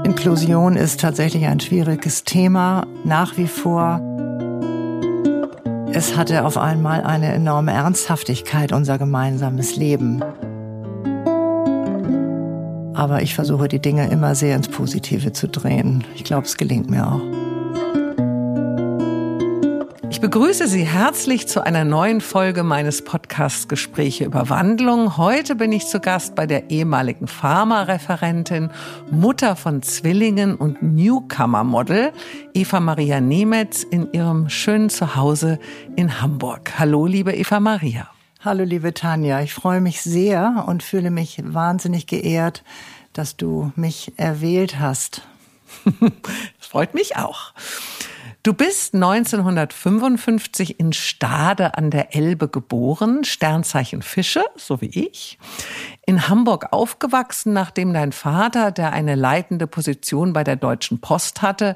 Inklusion ist tatsächlich ein schwieriges Thema, nach wie vor. Es hatte auf einmal eine enorme Ernsthaftigkeit, unser gemeinsames Leben. Aber ich versuche, die Dinge immer sehr ins Positive zu drehen. Ich glaube, es gelingt mir auch. Ich begrüße Sie herzlich zu einer neuen Folge meines Podcasts Gespräche über Wandlung. Heute bin ich zu Gast bei der ehemaligen Pharma-Referentin, Mutter von Zwillingen und Newcomer-Model Eva Maria Nemetz in ihrem schönen Zuhause in Hamburg. Hallo, liebe Eva Maria. Hallo, liebe Tanja. Ich freue mich sehr und fühle mich wahnsinnig geehrt, dass du mich erwählt hast. Das freut mich auch. Du bist 1955 in Stade an der Elbe geboren, Sternzeichen Fische, so wie ich. In Hamburg aufgewachsen, nachdem dein Vater, der eine leitende Position bei der Deutschen Post hatte,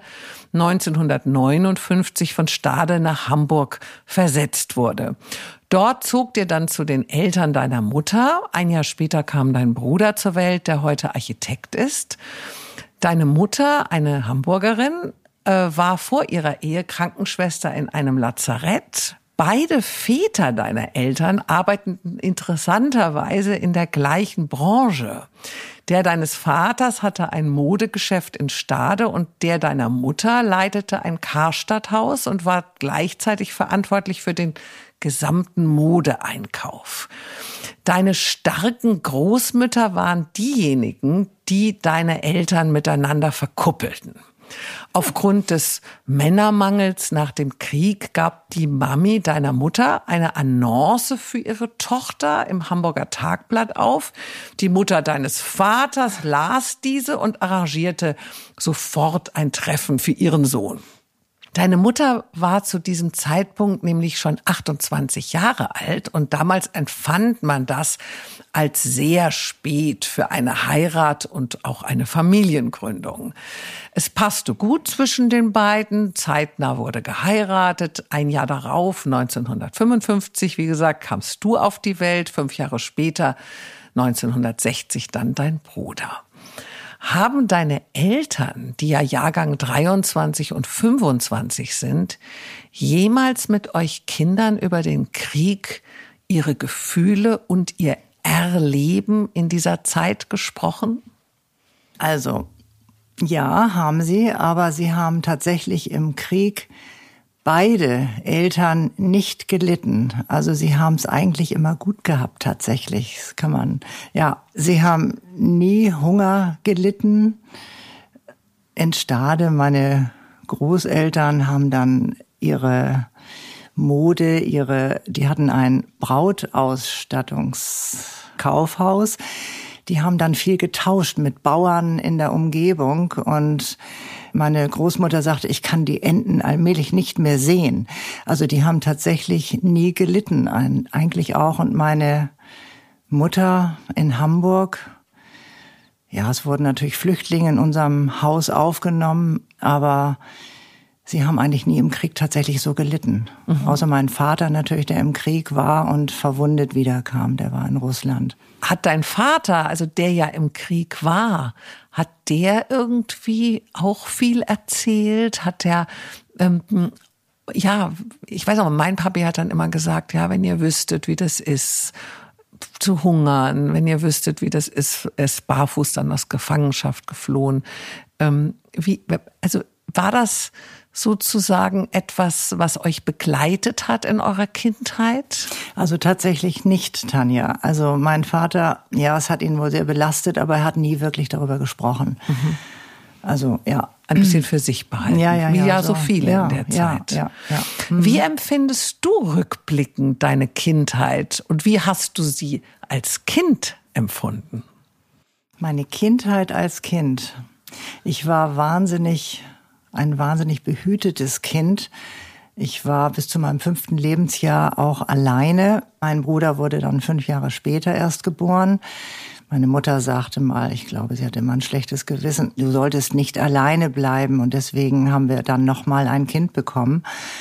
1959 von Stade nach Hamburg versetzt wurde. Dort zog ihr dann zu den Eltern deiner Mutter. Ein Jahr später kam dein Bruder zur Welt, der heute Architekt ist. Deine Mutter, eine Hamburgerin, war vor ihrer Ehe Krankenschwester in einem Lazarett. Beide Väter deiner Eltern arbeiteten interessanterweise in der gleichen Branche. Der deines Vaters hatte ein Modegeschäft in Stade und der deiner Mutter leitete ein Karstadthaus und war gleichzeitig verantwortlich für den gesamten Modeeinkauf. Deine starken Großmütter waren diejenigen, die deine Eltern miteinander verkuppelten. Aufgrund des Männermangels nach dem Krieg gab die Mami deiner Mutter eine Annonce für ihre Tochter im Hamburger Tagblatt auf. Die Mutter deines Vaters las diese und arrangierte sofort ein Treffen für ihren Sohn. Deine Mutter war zu diesem Zeitpunkt nämlich schon 28 Jahre alt und damals empfand man das als sehr spät für eine Heirat und auch eine Familiengründung. Es passte gut zwischen den beiden, zeitnah wurde geheiratet. Ein Jahr darauf, 1955, wie gesagt, kamst du auf die Welt, 5 Jahre später, 1960, dann dein Bruder. Haben deine Eltern, die ja Jahrgang 23 und 25 sind, jemals mit euch Kindern über den Krieg, ihre Gefühle und ihr Erleben in dieser Zeit gesprochen? Also, ja, haben sie, aber sie haben tatsächlich im Krieg beide Eltern nicht gelitten. Also sie haben es eigentlich immer gut gehabt tatsächlich. Das kann man, ja, sie haben nie Hunger gelitten. In Stade, meine Großeltern haben dann ihre Mode, die hatten ein Brautausstattungskaufhaus. Die haben dann viel getauscht mit Bauern in der Umgebung und meine Großmutter sagte, ich kann die Enten allmählich nicht mehr sehen. Also die haben tatsächlich nie gelitten, eigentlich auch. Und meine Mutter in Hamburg, ja, es wurden natürlich Flüchtlinge in unserem Haus aufgenommen, aber sie haben eigentlich nie im Krieg tatsächlich so gelitten. Mhm. Außer mein Vater natürlich, der im Krieg war und verwundet wiederkam, der war in Russland. Hat dein Vater, also der ja im Krieg war, hat der irgendwie auch viel erzählt? Hat der, ja, ich weiß auch, mein Papi hat dann immer gesagt, ja, wenn ihr wüsstet, wie das ist, zu hungern, wenn ihr wüsstet, wie das ist, er ist barfuß dann aus Gefangenschaft geflohen. Also war das sozusagen etwas, was euch begleitet hat in eurer Kindheit? Also tatsächlich nicht, Tanja. Also mein Vater, ja, es hat ihn wohl sehr belastet, aber er hat nie wirklich darüber gesprochen. Mhm. Also, ja. Ein bisschen für sich behalten. Wie ja so viele in der Zeit. Ja. Mhm. Wie empfindest du rückblickend deine Kindheit und wie hast du sie als Kind empfunden? Meine Kindheit als Kind. Ich war ein wahnsinnig behütetes Kind. Ich war bis zu meinem 5. Lebensjahr auch alleine. Mein Bruder wurde dann 5 Jahre später erst geboren. Meine Mutter sagte mal, ich glaube, sie hatte immer ein schlechtes Gewissen, du solltest nicht alleine bleiben. Und deswegen haben wir dann noch mal ein Kind bekommen.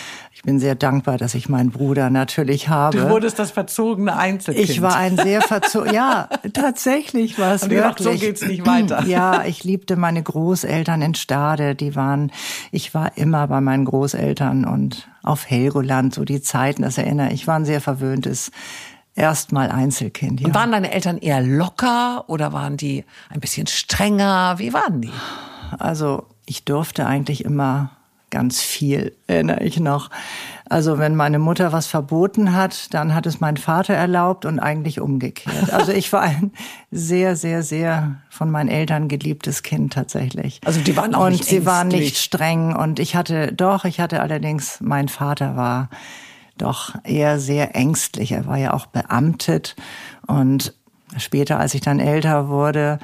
Ich bin sehr dankbar, dass ich meinen Bruder natürlich habe. Du wurdest das verzogene Einzelkind. Ich war ein sehr ja, tatsächlich war es wirklich. So geht's nicht weiter. Ja, ich liebte meine Großeltern in Stade. Ich war immer bei meinen Großeltern und auf Helgoland, so die Zeiten, das erinnere ich, war ein sehr verwöhntes Erstmal Einzelkind, ja. Und waren deine Eltern eher locker oder waren die ein bisschen strenger? Wie waren die? Also ich durfte eigentlich immer ganz viel, erinnere ich noch. Also wenn meine Mutter was verboten hat, dann hat es mein Vater erlaubt und eigentlich umgekehrt. Also ich war ein sehr, sehr, sehr von meinen Eltern geliebtes Kind tatsächlich. Also die waren auch nicht ängstlich. Und sie waren nicht streng und ich hatte allerdings, mein Vater war doch eher sehr ängstlich. Er war ja auch beamtet und später, als ich dann älter wurde,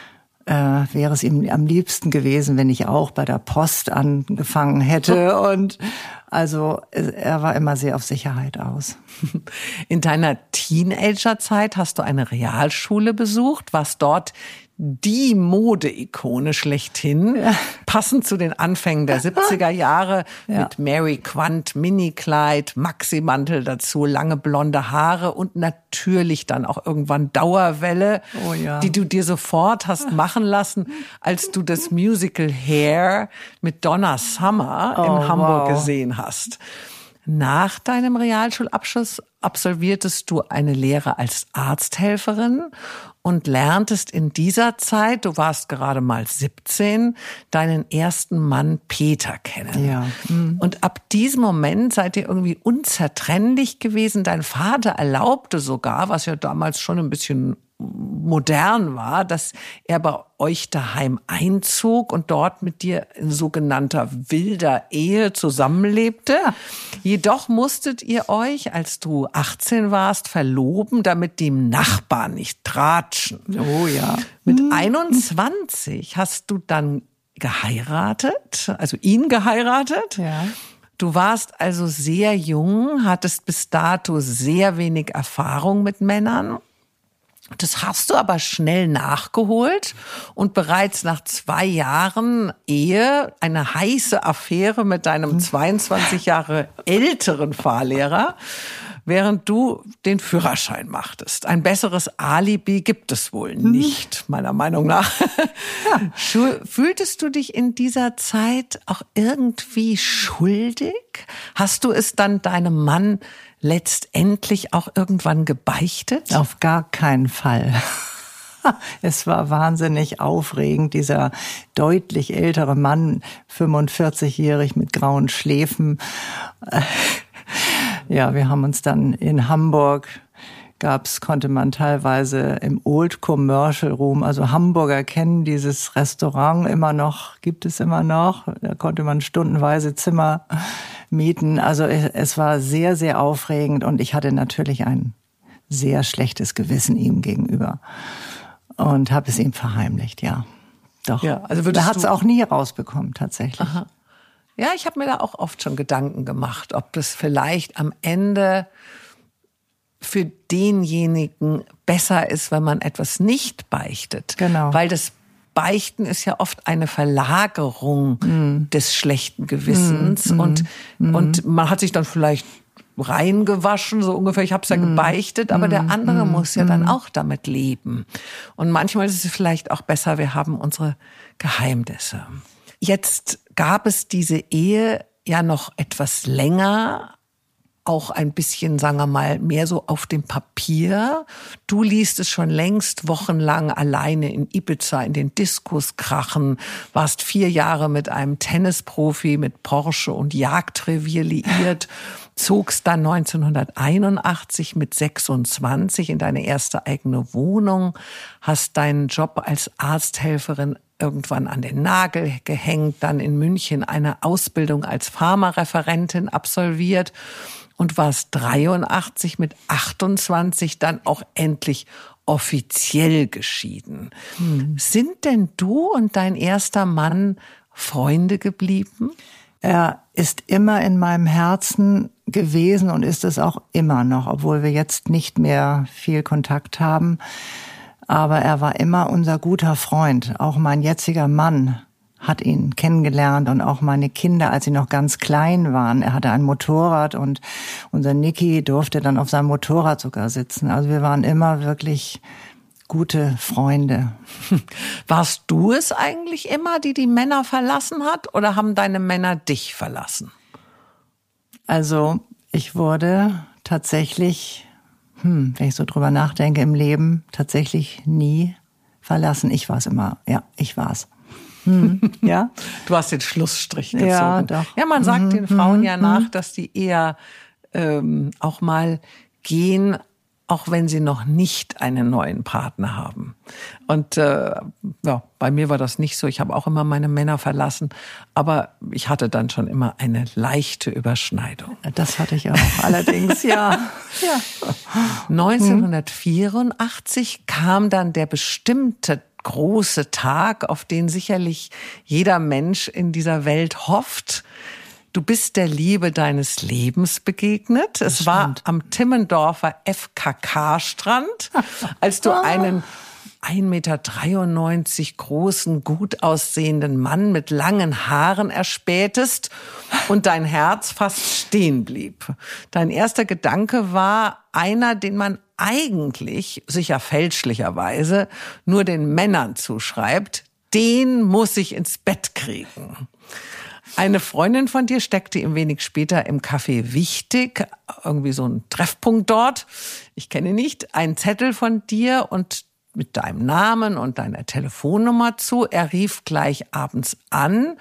wäre es ihm am liebsten gewesen, wenn ich auch bei der Post angefangen hätte. Und also er war immer sehr auf Sicherheit aus. In deiner Teenagerzeit hast du eine Realschule besucht, warst dort die Modeikone schlechthin, passend zu den Anfängen der 70er Jahre mit Mary Quant, Minikleid, Maximantel dazu, lange blonde Haare und natürlich dann auch irgendwann Dauerwelle, die du dir sofort hast machen lassen, als du das Musical Hair mit Donna Summer in Hamburg gesehen hast. Nach deinem Realschulabschluss absolviertest du eine Lehre als Arzthelferin und lerntest in dieser Zeit, du warst gerade mal 17, deinen ersten Mann Peter kennen. Ja. Und ab diesem Moment seid ihr irgendwie unzertrennlich gewesen. Dein Vater erlaubte sogar, was ja damals schon ein bisschen modern war, dass er bei euch daheim einzog und dort mit dir in sogenannter wilder Ehe zusammenlebte. Jedoch musstet ihr euch, als du 18 warst, verloben, damit die Nachbarn nicht tratschen. Oh ja. Mit 21 hast du dann geheiratet, also ihn geheiratet. Ja. Du warst also sehr jung, hattest bis dato sehr wenig Erfahrung mit Männern. Das hast du aber schnell nachgeholt und bereits nach 2 Jahren Ehe eine heiße Affäre mit deinem 22 Jahre älteren Fahrlehrer, während du den Führerschein machtest. Ein besseres Alibi gibt es wohl nicht, meiner Meinung nach. Fühltest du dich in dieser Zeit auch irgendwie schuldig? Hast du es dann deinem Mann letztendlich auch irgendwann gebeichtet? Auf gar keinen Fall. Es war wahnsinnig aufregend, dieser deutlich ältere Mann, 45-jährig mit grauen Schläfen. Ja, wir haben uns dann in Hamburg konnte man teilweise im Old Commercial Room, also Hamburger kennen dieses Restaurant gibt es immer noch. Da konnte man stundenweise Zimmer mieten. Also es war sehr, sehr aufregend und ich hatte natürlich ein sehr schlechtes Gewissen ihm gegenüber und habe es ihm verheimlicht, ja. Doch. Ja, also er hat es auch nie rausbekommen, tatsächlich. Aha. Ja, ich habe mir da auch oft schon Gedanken gemacht, ob das vielleicht am Ende für denjenigen besser ist, wenn man etwas nicht beichtet. Genau. Weil das Beichten ist ja oft eine Verlagerung des schlechten Gewissens und man hat sich dann vielleicht reingewaschen, so ungefähr, ich habe es ja gebeichtet, aber der andere muss ja dann auch damit leben. Und manchmal ist es vielleicht auch besser, wir haben unsere Geheimnisse. Jetzt gab es diese Ehe ja noch etwas länger, auch ein bisschen, sagen wir mal, mehr so auf dem Papier. Du liest es schon längst wochenlang alleine in Ibiza in den Diskos krachen, warst 4 Jahre mit einem Tennisprofi mit Porsche und Jagdrevier liiert, zogst dann 1981 mit 26 in deine erste eigene Wohnung, hast deinen Job als Arzthelferin irgendwann an den Nagel gehängt, dann in München eine Ausbildung als Pharmareferentin absolviert und warst 83 mit 28 dann auch endlich offiziell geschieden. Sind denn du und dein erster Mann Freunde geblieben? Er ist immer in meinem Herzen gewesen und ist es auch immer noch, obwohl wir jetzt nicht mehr viel Kontakt haben. Aber er war immer unser guter Freund. Auch mein jetziger Mann hat ihn kennengelernt und auch meine Kinder, als sie noch ganz klein waren. Er hatte ein Motorrad und unser Niki durfte dann auf seinem Motorrad sogar sitzen. Also wir waren immer wirklich gute Freunde. Warst du es eigentlich immer, die Männer verlassen hat, oder haben deine Männer dich verlassen? Also ich wurde tatsächlich, wenn ich so drüber nachdenke, im Leben tatsächlich nie verlassen. Ich war es immer. Ja, ich war's. Ja. Du hast den Schlussstrich gezogen. Ja, doch. Ja, man sagt den Frauen ja nach, dass die eher auch mal gehen, auch wenn sie noch nicht einen neuen Partner haben. Und bei mir war das nicht so. Ich habe auch immer meine Männer verlassen, aber ich hatte dann schon immer eine leichte Überschneidung. Das hatte ich auch, allerdings, ja. 1984 kam dann der bestimmte große Tag, auf den sicherlich jeder Mensch in dieser Welt hofft. Du bist der Liebe deines Lebens begegnet. Es war am Timmendorfer FKK-Strand, als du einen 1,93 Meter großen, gut aussehenden Mann mit langen Haaren erspähtest und dein Herz fast stehen blieb. Dein erster Gedanke war einer, den man eigentlich, sicher fälschlicherweise, nur den Männern zuschreibt: Den muss ich ins Bett kriegen. Eine Freundin von dir steckte ihm wenig später im Café Wichtig, irgendwie so ein Treffpunkt dort, ich kenne ihn nicht, einen Zettel von dir und mit deinem Namen und deiner Telefonnummer zu. Er rief gleich abends an.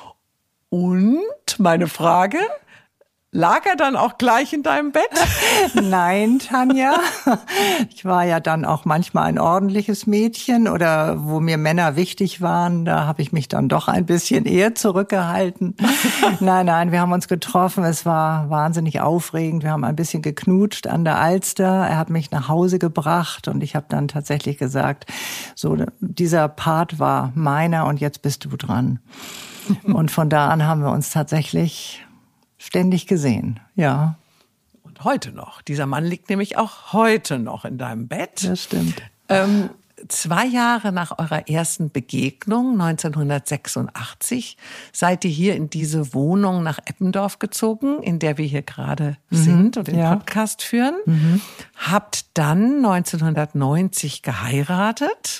Und meine Frage: Lag er dann auch gleich in deinem Bett? Nein, Tanja. Ich war ja dann auch manchmal ein ordentliches Mädchen, oder wo mir Männer wichtig waren, da habe ich mich dann doch ein bisschen eher zurückgehalten. Nein, wir haben uns getroffen. Es war wahnsinnig aufregend. Wir haben ein bisschen geknutscht an der Alster. Er hat mich nach Hause gebracht und ich habe dann tatsächlich gesagt, so, dieser Part war meiner und jetzt bist du dran. Und von da an haben wir uns tatsächlich ständig gesehen, ja. Und heute noch. Dieser Mann liegt nämlich auch heute noch in deinem Bett. Das stimmt. 2 Jahre nach eurer ersten Begegnung, 1986, seid ihr hier in diese Wohnung nach Eppendorf gezogen, in der wir hier gerade sind und den Podcast führen. Habt dann 1990 geheiratet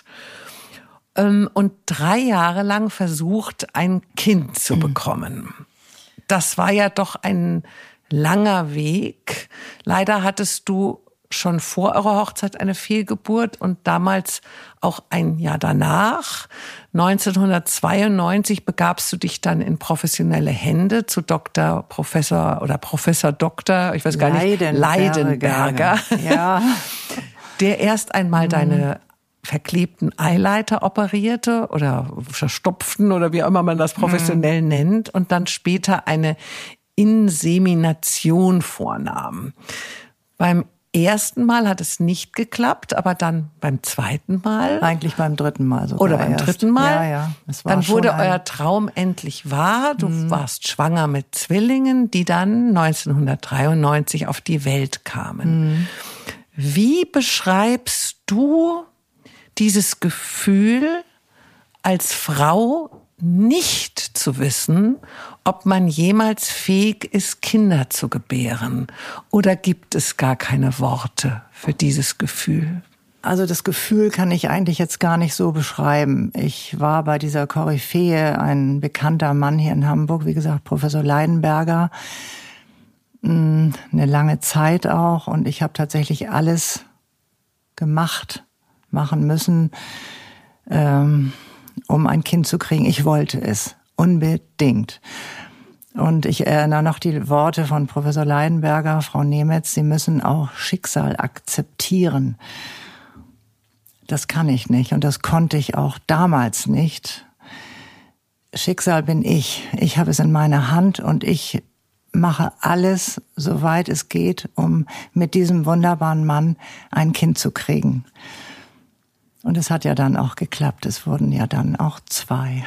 und 3 Jahre lang versucht, ein Kind zu bekommen. Das war ja doch ein langer Weg. Leider hattest du schon vor eurer Hochzeit eine Fehlgeburt und damals auch ein Jahr danach. 1992 begabst du dich dann in professionelle Hände zu Professor Doktor, ich weiß gar nicht, Leidenberger. Ja. Der erst einmal deine verklebten Eileiter operierte oder verstopften oder wie auch immer man das professionell nennt und dann später eine Insemination vornahm. Beim ersten Mal hat es nicht geklappt, aber dann beim zweiten Mal? Eigentlich beim dritten Mal sogar. Oder beim dritten Mal? Ja. Es war dann wurde schon euer Traum endlich wahr. Du warst schwanger mit Zwillingen, die dann 1993 auf die Welt kamen. Wie beschreibst du dieses Gefühl, als Frau nicht zu wissen, ob man jemals fähig ist, Kinder zu gebären? Oder gibt es gar keine Worte für dieses Gefühl? Also das Gefühl kann ich eigentlich jetzt gar nicht so beschreiben. Ich war bei dieser Koryphäe, ein bekannter Mann hier in Hamburg, wie gesagt, Professor Leidenberger, eine lange Zeit auch. Und ich habe tatsächlich alles machen müssen, um ein Kind zu kriegen. Ich wollte es unbedingt. Und ich erinnere noch die Worte von Professor Leidenberger, Frau Nemetz: Sie müssen auch Schicksal akzeptieren. Das kann ich nicht und das konnte ich auch damals nicht. Schicksal bin ich. Ich habe es in meiner Hand und ich mache alles, soweit es geht, um mit diesem wunderbaren Mann ein Kind zu kriegen. Und es hat ja dann auch geklappt. Es wurden ja dann auch 2.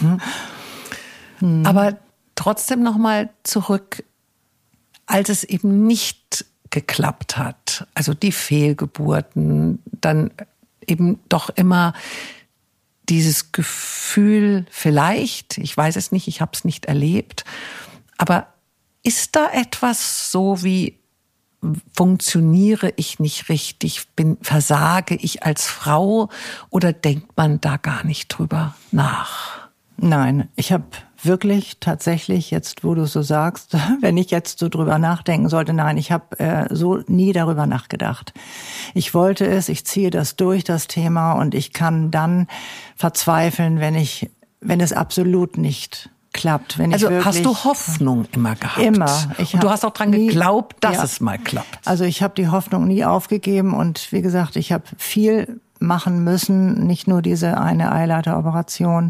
Aber trotzdem noch mal zurück, als es eben nicht geklappt hat, also die Fehlgeburten, dann eben doch immer dieses Gefühl vielleicht, ich weiß es nicht, ich habe es nicht erlebt, aber ist da etwas so wie, funktioniere ich nicht richtig, versage ich als Frau oder denkt man da gar nicht drüber nach? Nein, ich habe wirklich tatsächlich, jetzt wo du es so sagst, wenn ich jetzt so drüber nachdenken sollte, nein, ich habe so nie darüber nachgedacht. Ich wollte es, ich ziehe das durch, das Thema, und ich kann dann verzweifeln, wenn es absolut nicht klappt. Wenn also ich wirklich, hast du Hoffnung immer gehabt? Immer. Und du hast auch dran geglaubt, dass es mal klappt. Also ich habe die Hoffnung nie aufgegeben, und wie gesagt, ich habe viel machen müssen, nicht nur diese eine Eileiteroperation.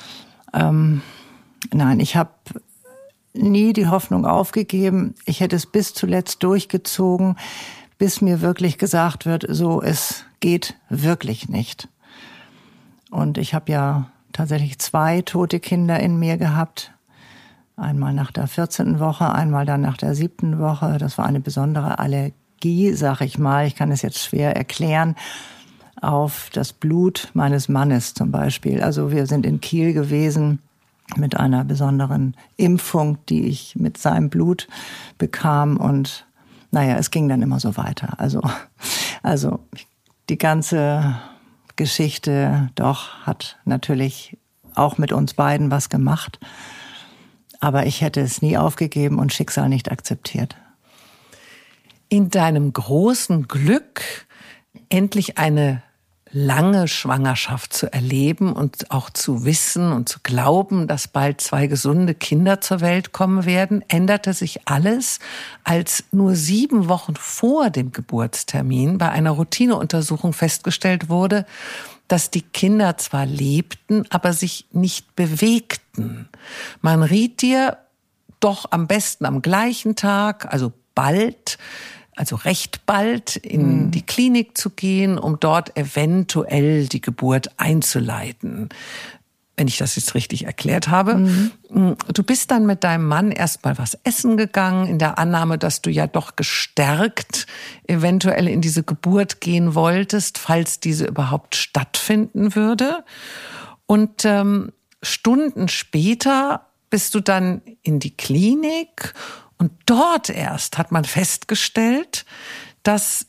Nein, ich habe nie die Hoffnung aufgegeben. Ich hätte es bis zuletzt durchgezogen, bis mir wirklich gesagt wird, so, es geht wirklich nicht. Und ich habe ja tatsächlich 2 tote Kinder in mir gehabt. Einmal nach der 14. Woche, einmal dann nach der 7. Woche. Das war eine besondere Allergie, sag ich mal. Ich kann es jetzt schwer erklären. Auf das Blut meines Mannes zum Beispiel. Also wir sind in Kiel gewesen mit einer besonderen Impfung, die ich mit seinem Blut bekam, und naja, es ging dann immer so weiter. Also die ganze Geschichte doch hat natürlich auch mit uns beiden was gemacht, aber ich hätte es nie aufgegeben und Schicksal nicht akzeptiert. In deinem großen Glück, endlich eine lange Schwangerschaft zu erleben und auch zu wissen und zu glauben, dass bald 2 gesunde Kinder zur Welt kommen werden, änderte sich alles, als nur 7 Wochen vor dem Geburtstermin bei einer Routineuntersuchung festgestellt wurde, dass die Kinder zwar lebten, aber sich nicht bewegten. Man riet dir doch am besten am gleichen Tag, also recht bald in die Klinik zu gehen, um dort eventuell die Geburt einzuleiten. Wenn ich das jetzt richtig erklärt habe. Du bist dann mit deinem Mann erstmal was essen gegangen, in der Annahme, dass du ja doch gestärkt eventuell in diese Geburt gehen wolltest, falls diese überhaupt stattfinden würde. Und Stunden später bist du dann in die Klinik. Und dort erst hat man festgestellt, dass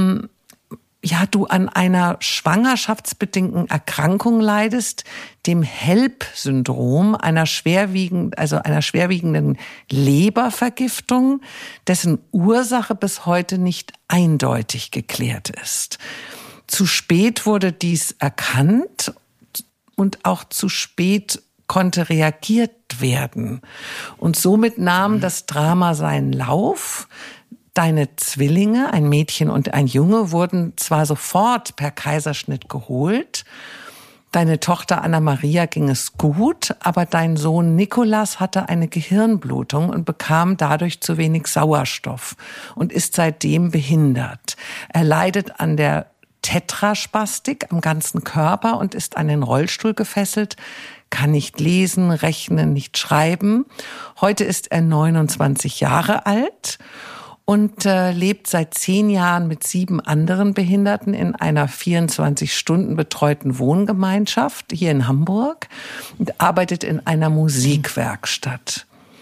du an einer schwangerschaftsbedingten Erkrankung leidest, dem HELLP-Syndrom, einer schwerwiegenden Lebervergiftung, dessen Ursache bis heute nicht eindeutig geklärt ist. Zu spät wurde dies erkannt und auch zu spät konnte reagiert werden. Und somit nahm das Drama seinen Lauf. Deine Zwillinge, ein Mädchen und ein Junge, wurden zwar sofort per Kaiserschnitt geholt. Deine Tochter Anna-Maria ging es gut, aber dein Sohn Nikolas hatte eine Gehirnblutung und bekam dadurch zu wenig Sauerstoff und ist seitdem behindert. Er leidet an der Tetraspastik am ganzen Körper und ist an den Rollstuhl gefesselt, kann nicht lesen, rechnen, nicht schreiben. Heute ist er 29 Jahre alt und lebt seit 10 Jahren mit 7 anderen Behinderten in einer 24-Stunden betreuten Wohngemeinschaft hier in Hamburg und arbeitet in einer Musikwerkstatt.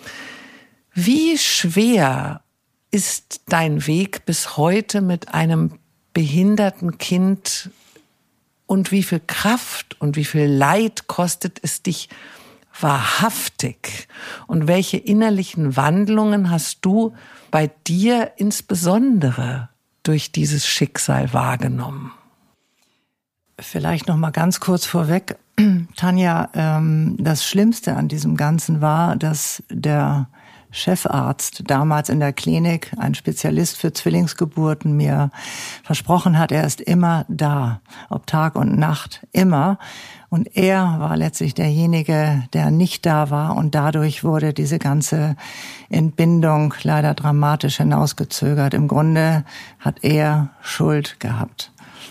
Wie schwer ist dein Weg bis heute mit einem behinderten Kind und wie viel Kraft und wie viel Leid kostet es dich wahrhaftig? Und welche innerlichen Wandlungen hast du bei dir insbesondere durch dieses Schicksal wahrgenommen? Vielleicht noch mal ganz kurz vorweg, Tanja, das Schlimmste an diesem Ganzen war, dass der Chefarzt damals in der Klinik, ein Spezialist für Zwillingsgeburten, mir versprochen hat, er ist immer da, ob Tag und Nacht, immer. Und er war letztlich derjenige, der nicht da war, und dadurch wurde diese ganze Entbindung leider dramatisch hinausgezögert. Im Grunde hat er Schuld gehabt.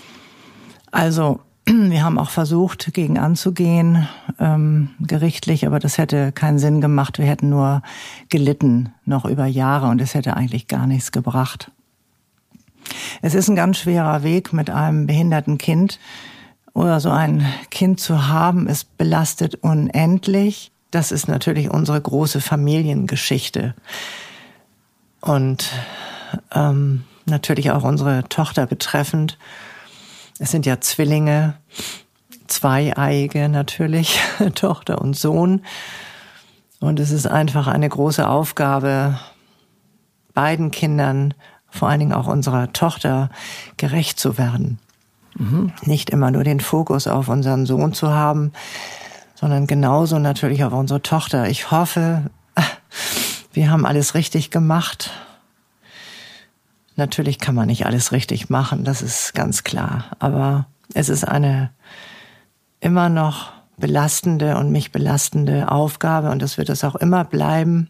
Also wir haben auch versucht, gegen anzugehen, gerichtlich, aber das hätte keinen Sinn gemacht. Wir hätten nur gelitten, noch über Jahre, und es hätte eigentlich gar nichts gebracht. Es ist ein ganz schwerer Weg mit einem behinderten Kind, oder so ein Kind zu haben, es belastet unendlich. Das ist natürlich unsere große Familiengeschichte. Und natürlich auch unsere Tochter betreffend. Es sind ja Zwillinge, zweieiige natürlich, Tochter und Sohn. Und es ist einfach eine große Aufgabe, beiden Kindern, vor allen Dingen auch unserer Tochter, gerecht zu werden. Nicht immer nur den Fokus auf unseren Sohn zu haben, sondern genauso natürlich auf unsere Tochter. Ich hoffe, wir haben alles richtig gemacht. Natürlich kann man nicht alles richtig machen, das ist ganz klar. Aber es ist eine immer noch belastende und mich belastende Aufgabe und das wird es auch immer bleiben.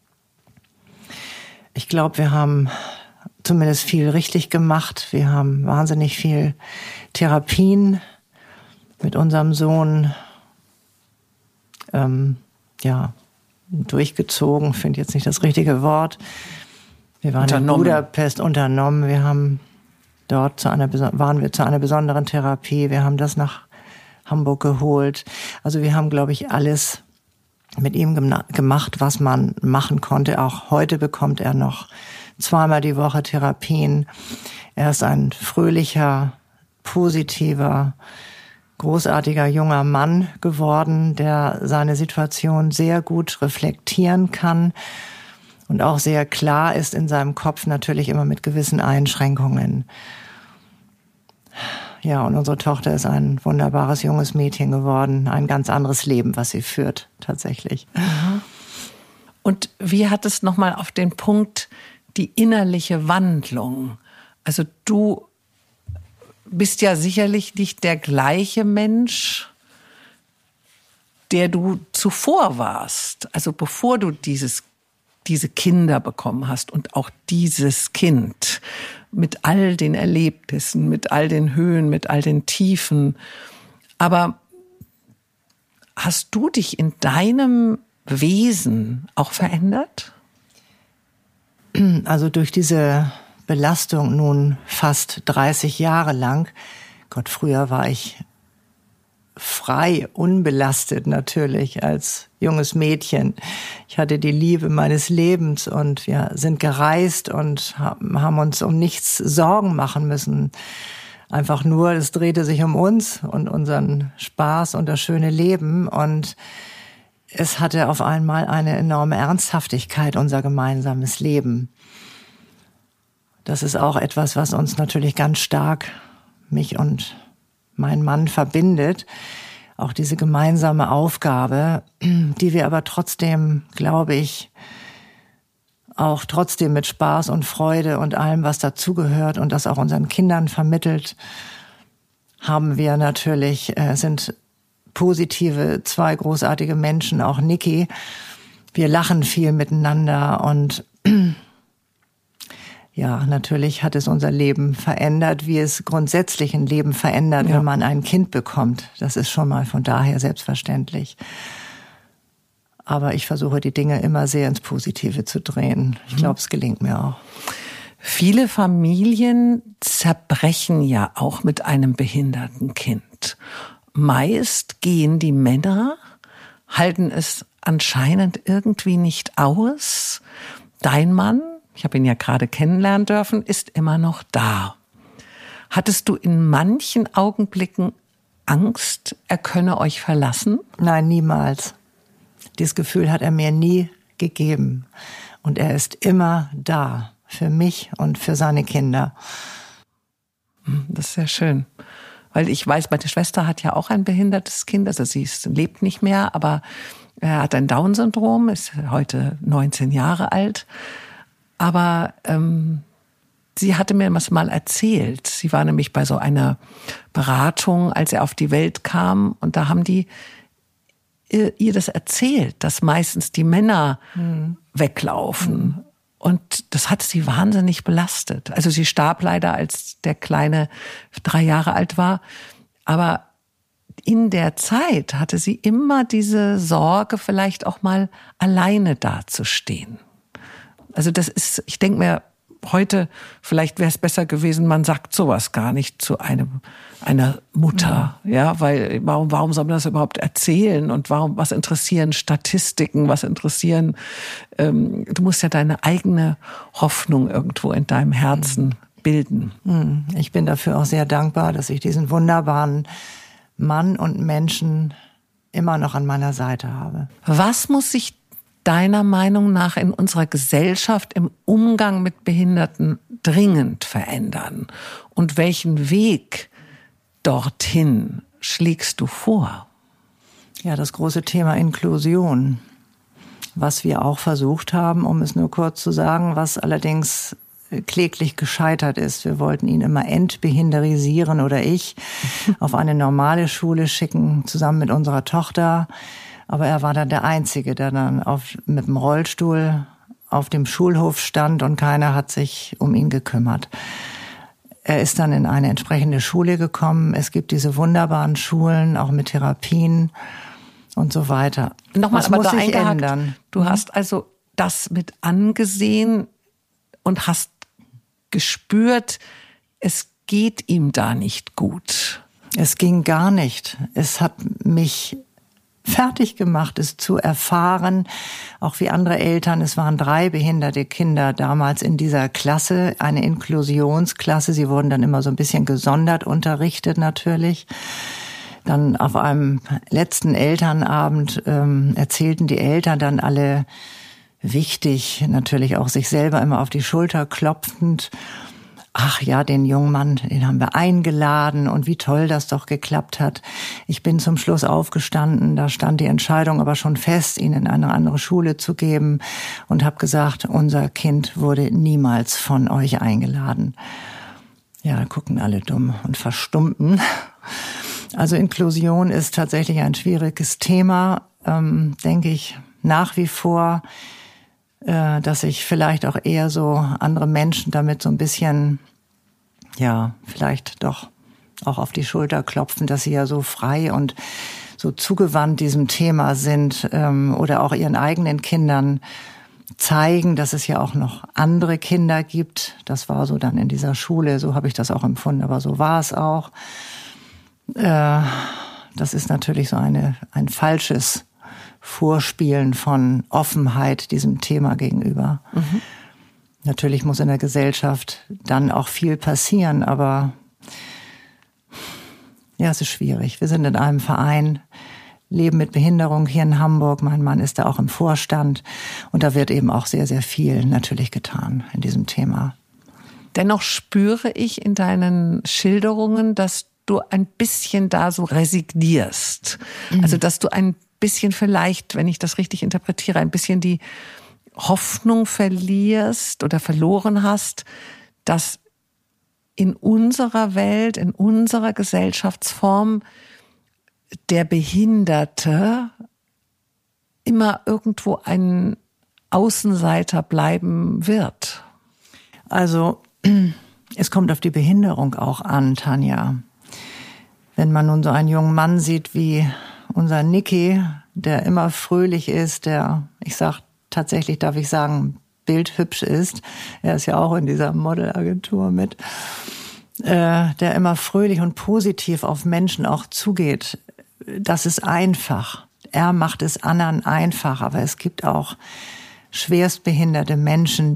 Ich glaube, wir haben zumindest viel richtig gemacht. Wir haben wahnsinnig viel Therapien mit unserem Sohn durchgezogen, finde jetzt nicht das richtige Wort. Wir waren in Budapest unternommen. Wir haben dort waren wir zu einer besonderen Therapie. Wir haben das nach Hamburg geholt. Also wir haben, glaube ich, alles mit ihm gemacht, was man machen konnte. Auch heute bekommt er noch 2-mal die Woche Therapien. Er ist ein fröhlicher, positiver, großartiger junger Mann geworden, der seine Situation sehr gut reflektieren kann und auch sehr klar ist in seinem Kopf, natürlich immer mit gewissen Einschränkungen. Ja, und unsere Tochter ist ein wunderbares junges Mädchen geworden, ein ganz anderes Leben, was sie führt, tatsächlich. Und wie hat es nochmal auf den Punkt die innerliche Wandlung? Also du bist ja sicherlich nicht der gleiche Mensch, der du zuvor warst. Also bevor du diese Kinder bekommen hast und auch dieses Kind mit all den Erlebnissen, mit all den Höhen, mit all den Tiefen. Aber hast du dich in deinem Wesen auch verändert? Also durch diese Belastung nun fast 30 Jahre lang, Gott, früher war ich frei, unbelastet natürlich als junges Mädchen. Ich hatte die Liebe meines Lebens und wir sind gereist und haben uns um nichts Sorgen machen müssen. Einfach nur, es drehte sich um uns und unseren Spaß und das schöne Leben und es hatte auf einmal eine enorme Ernsthaftigkeit, unser gemeinsames Leben. Das ist auch etwas, was uns natürlich ganz stark, mich und mein Mann, verbindet. Auch diese gemeinsame Aufgabe, die wir aber trotzdem, glaube ich, auch trotzdem mit Spaß und Freude und allem, was dazugehört und das auch unseren Kindern vermittelt, haben wir natürlich, sind positive, 2 großartige Menschen, auch Niki. Wir lachen viel miteinander und ja, natürlich hat es unser Leben verändert, wie es grundsätzlich ein Leben verändert, wenn man ein Kind bekommt. Das ist schon mal von daher selbstverständlich. Aber ich versuche, die Dinge immer sehr ins Positive zu drehen. Ich glaube, es gelingt mir auch. Viele Familien zerbrechen ja auch mit einem behinderten Kind. Meist gehen die Männer, halten es anscheinend irgendwie nicht aus. Dein Mann, ich habe ihn ja gerade kennenlernen dürfen, ist immer noch da. Hattest du in manchen Augenblicken Angst, er könne euch verlassen? Nein, niemals. Dieses Gefühl hat er mir nie gegeben. Und er ist immer da, für mich und für seine Kinder. Das ist sehr schön. Weil ich weiß, meine Schwester hat ja auch ein behindertes Kind, also sie lebt nicht mehr, aber er hat ein Down-Syndrom, ist heute 19 Jahre alt. Aber sie hatte mir das mal erzählt. Sie war nämlich bei so einer Beratung, als er auf die Welt kam. Und da haben die ihr das erzählt, dass meistens die Männer weglaufen. Und das hat sie wahnsinnig belastet. Also sie starb leider, als der Kleine 3 Jahre alt war. Aber in der Zeit hatte sie immer diese Sorge, vielleicht auch mal alleine dazustehen. Also das ist, ich denke mir, heute, vielleicht wäre es besser gewesen, man sagt sowas gar nicht zu einer Mutter, ja, weil warum soll man das überhaupt erzählen und was interessieren Statistiken, was interessieren, du musst ja deine eigene Hoffnung irgendwo in deinem Herzen bilden. Ich bin dafür auch sehr dankbar, dass ich diesen wunderbaren Mann und Menschen immer noch an meiner Seite habe. Was muss sich deiner Meinung nach in unserer Gesellschaft im Umgang mit Behinderten dringend verändern? Und welchen Weg dorthin schlägst du vor? Ja, das große Thema Inklusion, was wir auch versucht haben, um es nur kurz zu sagen, was allerdings kläglich gescheitert ist. Wir wollten ihn immer entbehinderisieren oder ich auf eine normale Schule schicken, zusammen mit unserer Tochter. Aber er war dann der Einzige, der dann mit dem Rollstuhl auf dem Schulhof stand und keiner hat sich um ihn gekümmert. Er ist dann in eine entsprechende Schule gekommen. Es gibt diese wunderbaren Schulen, auch mit Therapien und so weiter. Nochmal, aber da eingehakt. Du hast also das mit angesehen und hast gespürt, es geht ihm da nicht gut. Es ging gar nicht. Es hat mich fertig gemacht, es zu erfahren, auch wie andere Eltern. Es waren 3 behinderte Kinder damals in dieser Klasse, eine Inklusionsklasse. Sie wurden dann immer so ein bisschen gesondert unterrichtet natürlich. Dann auf einem letzten Elternabend erzählten die Eltern dann alle, wichtig, natürlich auch sich selber immer auf die Schulter klopfend, ach ja, den jungen Mann, den haben wir eingeladen und wie toll das doch geklappt hat. Ich bin zum Schluss aufgestanden, da stand die Entscheidung aber schon fest, ihn in eine andere Schule zu geben und habe gesagt, unser Kind wurde niemals von euch eingeladen. Ja, da gucken alle dumm und verstummten. Also Inklusion ist tatsächlich ein schwieriges Thema, denke ich nach wie vor, dass sich vielleicht auch eher so andere Menschen damit so ein bisschen, ja, vielleicht doch auch auf die Schulter klopfen, dass sie ja so frei und so zugewandt diesem Thema sind, oder auch ihren eigenen Kindern zeigen, dass es ja auch noch andere Kinder gibt. Das war so dann in dieser Schule, so habe ich das auch empfunden, aber so war es auch. Das ist natürlich so ein falsches Vorspielen von Offenheit diesem Thema gegenüber. Mhm. Natürlich muss in der Gesellschaft dann auch viel passieren, aber ja, es ist schwierig. Wir sind in einem Verein, leben mit Behinderung hier in Hamburg. Mein Mann ist da auch im Vorstand und da wird eben auch sehr, sehr viel natürlich getan in diesem Thema. Dennoch spüre ich in deinen Schilderungen, dass du ein bisschen da so resignierst. Mhm. Also, dass du ein bisschen vielleicht, wenn ich das richtig interpretiere, ein bisschen die Hoffnung verlierst oder verloren hast, dass in unserer Welt, in unserer Gesellschaftsform der Behinderte immer irgendwo ein Außenseiter bleiben wird. Also, es kommt auf die Behinderung auch an, Tanja. Wenn man nun so einen jungen Mann sieht wie unser Niki, der immer fröhlich ist, der, tatsächlich darf ich sagen, bildhübsch ist. Er ist ja auch in dieser Modelagentur mit. Der immer fröhlich und positiv auf Menschen auch zugeht. Das ist einfach. Er macht es anderen einfach, aber es gibt auch schwerstbehinderte Menschen,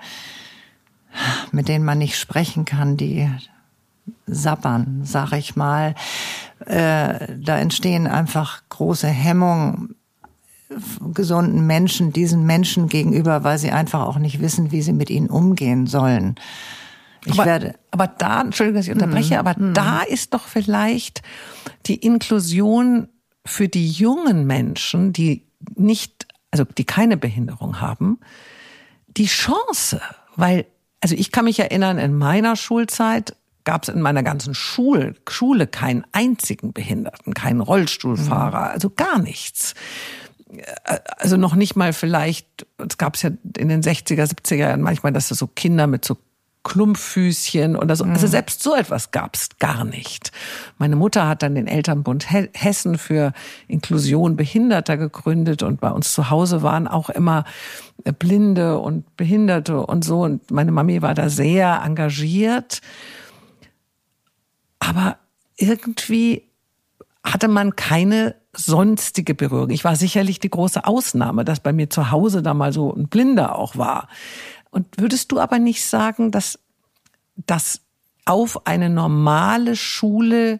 mit denen man nicht sprechen kann, die sabbern, sag ich mal. Da entstehen einfach große Hemmungen gesunden Menschen, diesen Menschen gegenüber, weil sie einfach auch nicht wissen, wie sie mit ihnen umgehen sollen. Aber da, Entschuldigung, dass ich unterbreche, aber da ist doch vielleicht die Inklusion für die jungen Menschen, die keine Behinderung haben, die Chance. Weil, also ich kann mich erinnern, in meiner Schulzeit gab es in meiner ganzen Schule keinen einzigen Behinderten, keinen Rollstuhlfahrer, also gar nichts. Also noch nicht mal vielleicht, es gab es ja in den 60er, 70er Jahren manchmal, dass so Kinder mit so Klumpfüßchen oder so. Also selbst so etwas gab's gar nicht. Meine Mutter hat dann den Elternbund Hessen für Inklusion Behinderter gegründet und bei uns zu Hause waren auch immer Blinde und Behinderte und so. Und meine Mami war da sehr engagiert. Aber irgendwie hatte man keine sonstige Berührung. Ich war sicherlich die große Ausnahme, dass bei mir zu Hause da mal so ein Blinder auch war. Und würdest du aber nicht sagen, dass das auf eine normale Schule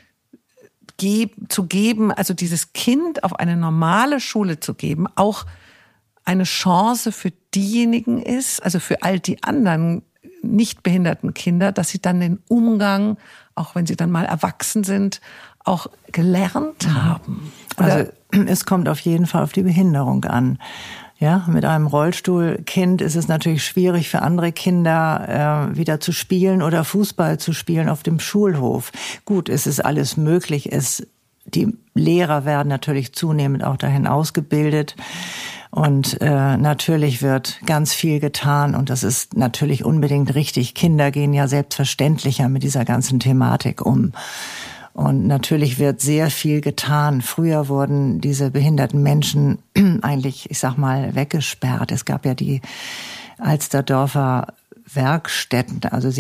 zu geben, also dieses Kind auf eine normale Schule zu geben, auch eine Chance für diejenigen ist, also für all die anderen nicht behinderten Kinder, dass sie dann den Umgang, auch wenn sie dann mal erwachsen sind, auch gelernt haben? Oder? Also es kommt auf jeden Fall auf die Behinderung an. Ja, mit einem Rollstuhlkind ist es natürlich schwierig für andere Kinder wieder zu spielen oder Fußball zu spielen auf dem Schulhof. Gut, es ist alles möglich. Die Lehrer werden natürlich zunehmend auch dahin ausgebildet. Und natürlich wird ganz viel getan und das ist natürlich unbedingt richtig. Kinder gehen ja selbstverständlicher mit dieser ganzen Thematik um. Und natürlich wird sehr viel getan. Früher wurden diese behinderten Menschen eigentlich, ich sag mal, weggesperrt. Es gab ja die Alsterdorfer Werkstätten, also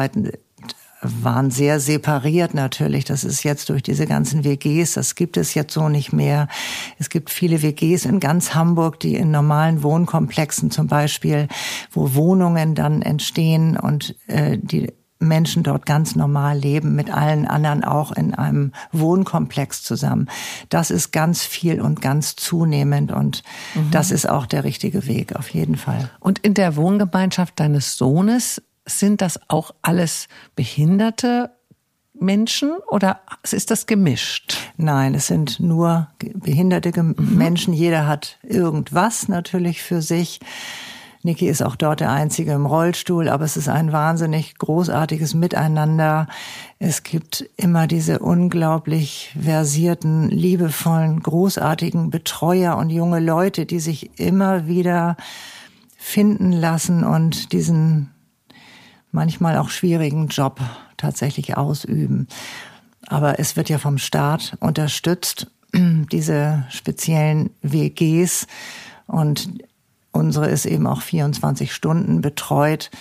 waren sehr separiert natürlich. Das ist jetzt durch diese ganzen WGs, das gibt es jetzt so nicht mehr. Es gibt viele WGs in ganz Hamburg, die in normalen Wohnkomplexen zum Beispiel, wo Wohnungen dann entstehen und die Menschen dort ganz normal leben, mit allen anderen auch in einem Wohnkomplex zusammen. Das ist ganz viel und ganz zunehmend und das ist auch der richtige Weg, auf jeden Fall. Und in der Wohngemeinschaft deines Sohnes sind das auch alles behinderte Menschen oder ist das gemischt? Nein, es sind nur behinderte Menschen. Jeder hat irgendwas natürlich für sich. Niki ist auch dort der Einzige im Rollstuhl, aber es ist ein wahnsinnig großartiges Miteinander. Es gibt immer diese unglaublich versierten, liebevollen, großartigen Betreuer und junge Leute, die sich immer wieder finden lassen und diesen manchmal auch schwierigen Job tatsächlich ausüben. Aber es wird ja vom Staat unterstützt, diese speziellen WGs, und unsere ist eben auch 24 Stunden betreut.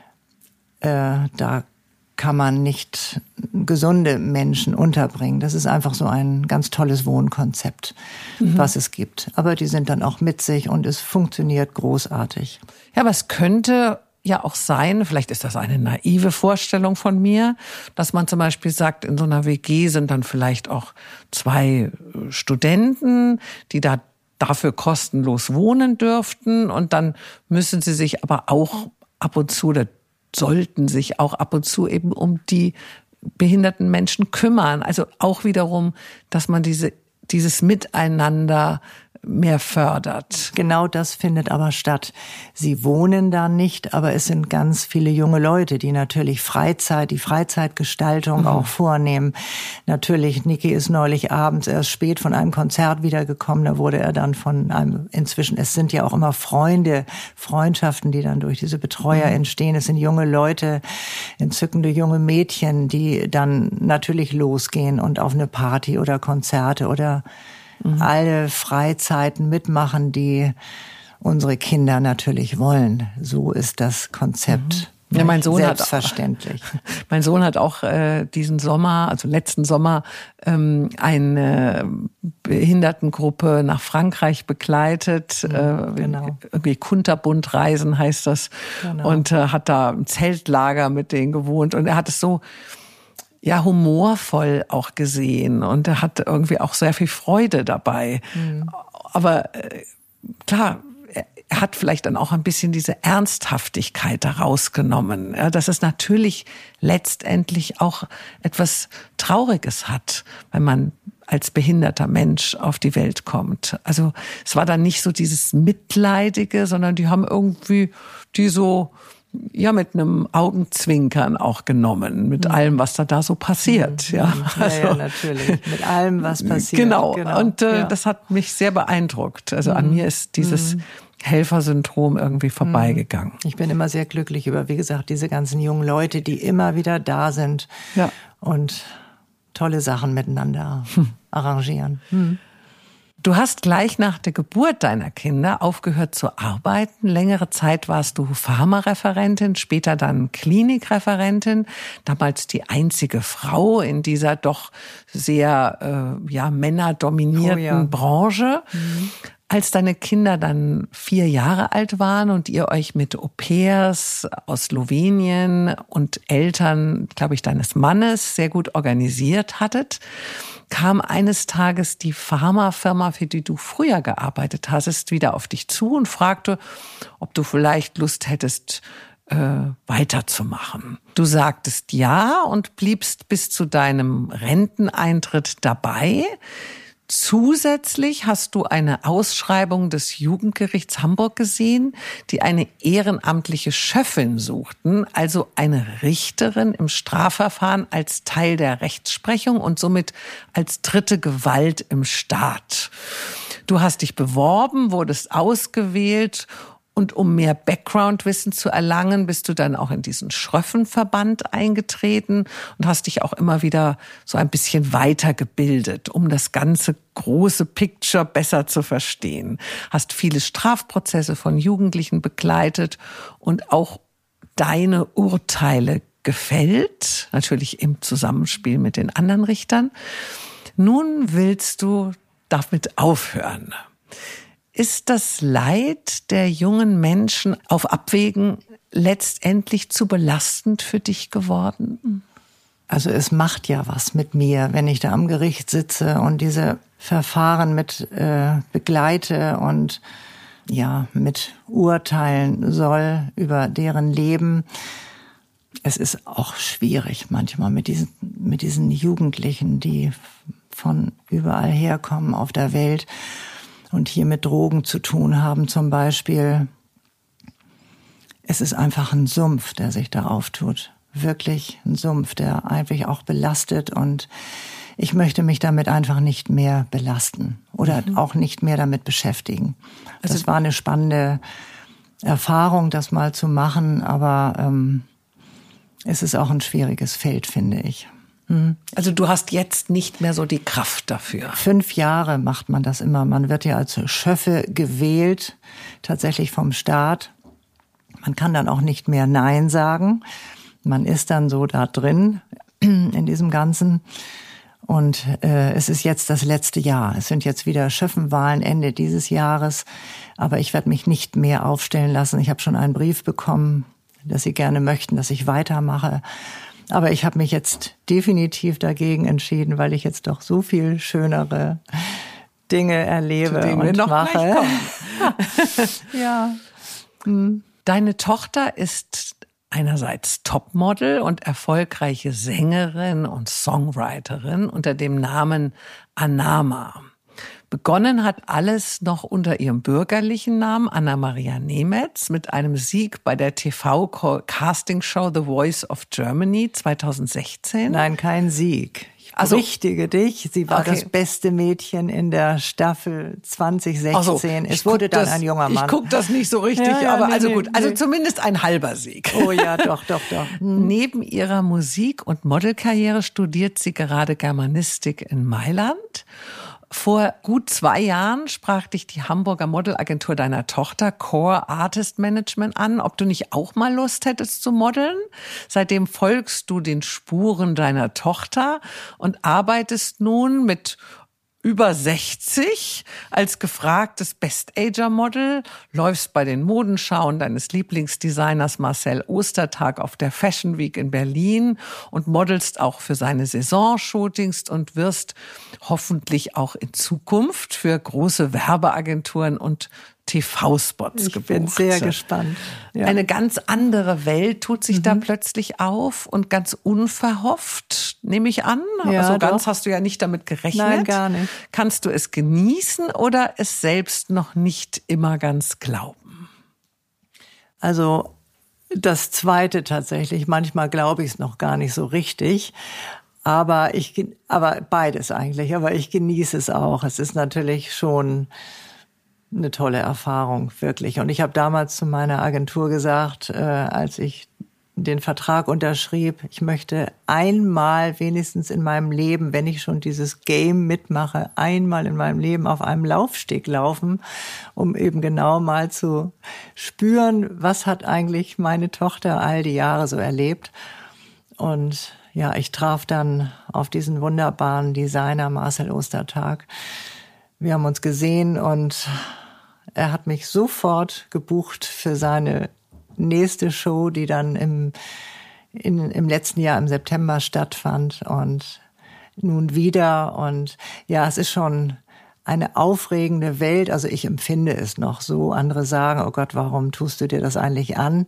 Da kann man nicht gesunde Menschen unterbringen. Das ist einfach so ein ganz tolles Wohnkonzept, was es gibt. Aber die sind dann auch mit sich und es funktioniert großartig. Ja, aber es könnte ja auch sein, vielleicht ist das eine naive Vorstellung von mir, dass man zum Beispiel sagt, in so einer WG sind dann vielleicht auch 2 Studenten, die dafür kostenlos wohnen dürften und dann müssen sie sich aber auch ab und zu oder sollten sich auch ab und zu eben um die behinderten Menschen kümmern. Also auch wiederum, dass man dieses Miteinander mehr fördert. Genau das findet aber statt. Sie wohnen da nicht, aber es sind ganz viele junge Leute, die natürlich die Freizeitgestaltung auch vornehmen. Natürlich, Niki ist neulich abends erst spät von einem Konzert wiedergekommen, da wurde er dann inzwischen, es sind ja auch immer Freundschaften, die dann durch diese Betreuer entstehen. Es sind junge Leute, entzückende junge Mädchen, die dann natürlich losgehen und auf eine Party oder Konzerte oder alle Freizeiten mitmachen, die unsere Kinder natürlich wollen. So ist das Konzept. Ja, selbstverständlich. Mein Sohn hat auch diesen Sommer, also letzten Sommer, eine Behindertengruppe nach Frankreich begleitet. Genau. Irgendwie Kunterbund-Reisen heißt das. Genau. Und hat da im Zeltlager mit denen gewohnt. Und er hat es so humorvoll auch gesehen und er hat irgendwie auch sehr viel Freude dabei. Aber klar, er hat vielleicht dann auch ein bisschen diese Ernsthaftigkeit da rausgenommen, dass es natürlich letztendlich auch etwas Trauriges hat, wenn man als behinderter Mensch auf die Welt kommt. Also es war dann nicht so dieses Mitleidige, sondern die haben irgendwie die so mit einem Augenzwinkern auch genommen, mit allem, was da so passiert. Ja, natürlich. Mit allem, was passiert. Genau. Und das hat mich sehr beeindruckt. Also an mir ist dieses Helfersyndrom irgendwie vorbeigegangen. Ich bin immer sehr glücklich über, wie gesagt, diese ganzen jungen Leute, die immer wieder da sind und tolle Sachen miteinander arrangieren. Du hast gleich nach der Geburt deiner Kinder aufgehört zu arbeiten. Längere Zeit warst du Pharmareferentin, später dann Klinikreferentin. Damals die einzige Frau in dieser doch sehr männerdominierten Branche. Als deine Kinder dann 4 Jahre alt waren und ihr euch mit Au-pairs aus Slowenien und Eltern, glaube ich, deines Mannes sehr gut organisiert hattet, kam eines Tages die Pharmafirma, für die du früher gearbeitet hast, wieder auf dich zu und fragte, ob du vielleicht Lust hättest, weiterzumachen. Du sagtest ja und bliebst bis zu deinem Renteneintritt dabei. Zusätzlich hast du eine Ausschreibung des Jugendgerichts Hamburg gesehen, die eine ehrenamtliche Schöffin suchten, also eine Richterin im Strafverfahren als Teil der Rechtsprechung und somit als dritte Gewalt im Staat. Du hast dich beworben, wurdest ausgewählt und um mehr Background-Wissen zu erlangen, bist du dann auch in diesen Schröffenverband eingetreten und hast dich auch immer wieder so ein bisschen weitergebildet, um das ganze große Picture besser zu verstehen. Hast viele Strafprozesse von Jugendlichen begleitet und auch deine Urteile gefällt, natürlich im Zusammenspiel mit den anderen Richtern. Nun willst du damit aufhören. Ist das Leid der jungen Menschen auf Abwägen letztendlich zu belastend für dich geworden? Also es macht ja was mit mir, wenn ich da am Gericht sitze und diese Verfahren mit begleite und mit urteilen soll über deren Leben. Es ist auch schwierig manchmal mit diesen Jugendlichen, die von überall herkommen auf der Welt und hier mit Drogen zu tun haben zum Beispiel. Es ist einfach ein Sumpf, der sich da auftut. Wirklich ein Sumpf, der eigentlich auch belastet und ich möchte mich damit einfach nicht mehr belasten oder auch nicht mehr damit beschäftigen. Also das war eine spannende Erfahrung, das mal zu machen, aber es ist auch ein schwieriges Feld, finde ich. Also du hast jetzt nicht mehr so die Kraft dafür. 5 Jahre macht man das immer. Man wird ja als Schöffe gewählt, tatsächlich vom Staat. Man kann dann auch nicht mehr Nein sagen. Man ist dann so da drin in diesem Ganzen. Und es ist jetzt das letzte Jahr. Es sind jetzt wieder Schöffenwahlen Ende dieses Jahres. Aber ich werde mich nicht mehr aufstellen lassen. Ich habe schon einen Brief bekommen, dass sie gerne möchten, dass ich weitermache. Aber ich habe mich jetzt definitiv dagegen entschieden, weil ich jetzt doch so viel schönere Dinge erlebe und mache. Ja. Deine Tochter ist einerseits Topmodel und erfolgreiche Sängerin und Songwriterin unter dem Namen Anama. Begonnen hat alles noch unter ihrem bürgerlichen Namen Anna-Maria Nemetz mit einem Sieg bei der TV-Castingshow The Voice of Germany 2016. Nein, kein Sieg. Ich berichtige dich. Sie war das beste Mädchen in der Staffel 2016. Es wurde dann ein junger Mann. Ich gucke das nicht so richtig, Also zumindest ein halber Sieg. Oh ja, doch. Neben ihrer Musik- und Modelkarriere studiert sie gerade Germanistik in Mailand. Vor gut 2 Jahren sprach dich die Hamburger Modelagentur deiner Tochter Core Artist Management an, ob du nicht auch mal Lust hättest zu modeln. Seitdem folgst du den Spuren deiner Tochter und arbeitest nun mit über 60 als gefragtes Best-Ager-Model, läufst bei den Modenschauen deines Lieblingsdesigners Marcel Ostertag auf der Fashion Week in Berlin und modelst auch für seine Saisonshootings und wirst hoffentlich auch in Zukunft für große Werbeagenturen und TV-Spots gebucht. Ich bin sehr gespannt. Ja. Eine ganz andere Welt tut sich da plötzlich auf und ganz unverhofft, nehme ich an. Ja, also ganz hast du ja nicht damit gerechnet. Nein, gar nicht. Kannst du es genießen oder es selbst noch nicht immer ganz glauben? Also das Zweite tatsächlich. Manchmal glaube ich es noch gar nicht so richtig. Aber beides eigentlich. Aber ich genieße es auch. Es ist natürlich schon eine tolle Erfahrung, wirklich. Und ich habe damals zu meiner Agentur gesagt, als ich den Vertrag unterschrieb, ich möchte einmal wenigstens in meinem Leben, wenn ich schon dieses Game mitmache, einmal in meinem Leben auf einem Laufsteg laufen, um eben genau mal zu spüren, was hat eigentlich meine Tochter all die Jahre so erlebt. Und ja, ich traf dann auf diesen wunderbaren Designer Marcel Ostertag. Wir haben uns gesehen und er hat mich sofort gebucht für seine nächste Show, die dann im letzten Jahr im September stattfand und nun wieder. Und ja, es ist schon eine aufregende Welt. Also ich empfinde es noch so. Andere sagen, oh Gott, warum tust du dir das eigentlich an?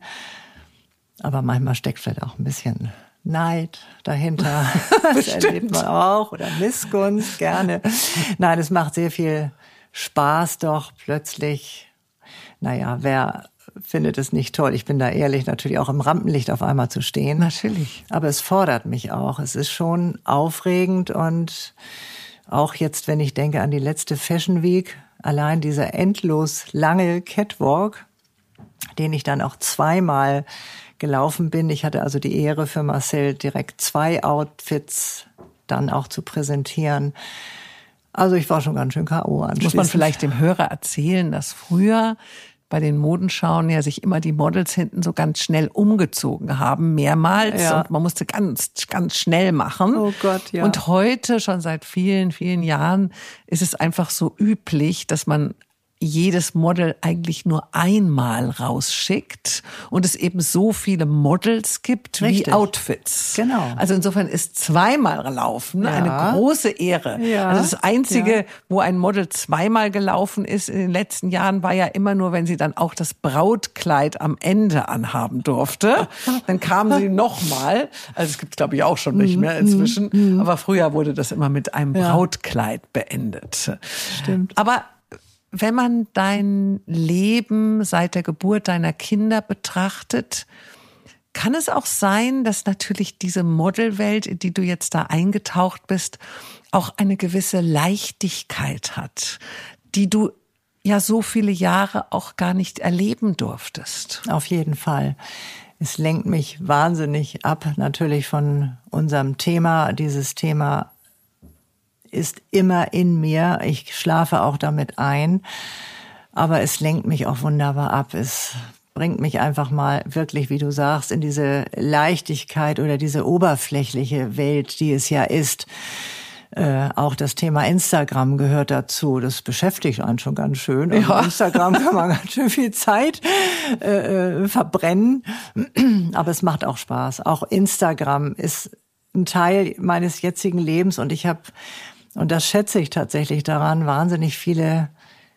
Aber manchmal steckt vielleicht auch ein bisschen Neid dahinter. Das erlebt man auch. Oder Missgunst, gerne. Nein, es macht sehr viel Spaß doch plötzlich. Naja, wer findet es nicht toll. Ich bin da ehrlich, natürlich auch im Rampenlicht auf einmal zu stehen. Natürlich. Aber es fordert mich auch. Es ist schon aufregend und auch jetzt, wenn ich denke an die letzte Fashion Week, allein dieser endlos lange Catwalk, den ich dann auch zweimal gelaufen bin. Ich hatte also die Ehre für Marcel direkt 2 Outfits dann auch zu präsentieren. Also ich war schon ganz schön K.O. anschließend. Muss man vielleicht dem Hörer erzählen, dass früher bei den Modenschauen ja sich immer die Models hinten so ganz schnell umgezogen haben, mehrmals. Ja. Und man musste ganz, ganz schnell machen. Oh Gott, ja. Und heute, schon seit vielen, vielen Jahren, ist es einfach so üblich, dass man jedes Model eigentlich nur einmal rausschickt und es eben so viele Models gibt wie Outfits. Genau. Also insofern ist zweimal laufen eine große Ehre. Ja. Also das Einzige, wo ein Model zweimal gelaufen ist in den letzten Jahren, war ja immer nur, wenn sie dann auch das Brautkleid am Ende anhaben durfte. Dann kam sie nochmal. Also es gibt, glaube ich, auch schon nicht mehr inzwischen. Aber früher wurde das immer mit einem Brautkleid beendet. Stimmt. Aber wenn man dein Leben seit der Geburt deiner Kinder betrachtet, kann es auch sein, dass natürlich diese Modelwelt, in die du jetzt da eingetaucht bist, auch eine gewisse Leichtigkeit hat, die du ja so viele Jahre auch gar nicht erleben durftest. Auf jeden Fall. Es lenkt mich wahnsinnig ab, natürlich von unserem Thema. Dieses Thema ist immer in mir. Ich schlafe auch damit ein. Aber es lenkt mich auch wunderbar ab. Es bringt mich einfach mal wirklich, wie du sagst, in diese Leichtigkeit oder diese oberflächliche Welt, die es ja ist. Auch das Thema Instagram gehört dazu. Das beschäftigt einen schon ganz schön. Also auf Instagram kann man ganz schön viel Zeit verbrennen. Aber es macht auch Spaß. Auch Instagram ist ein Teil meines jetzigen Lebens und ich habe, und das schätze ich tatsächlich daran, wahnsinnig viele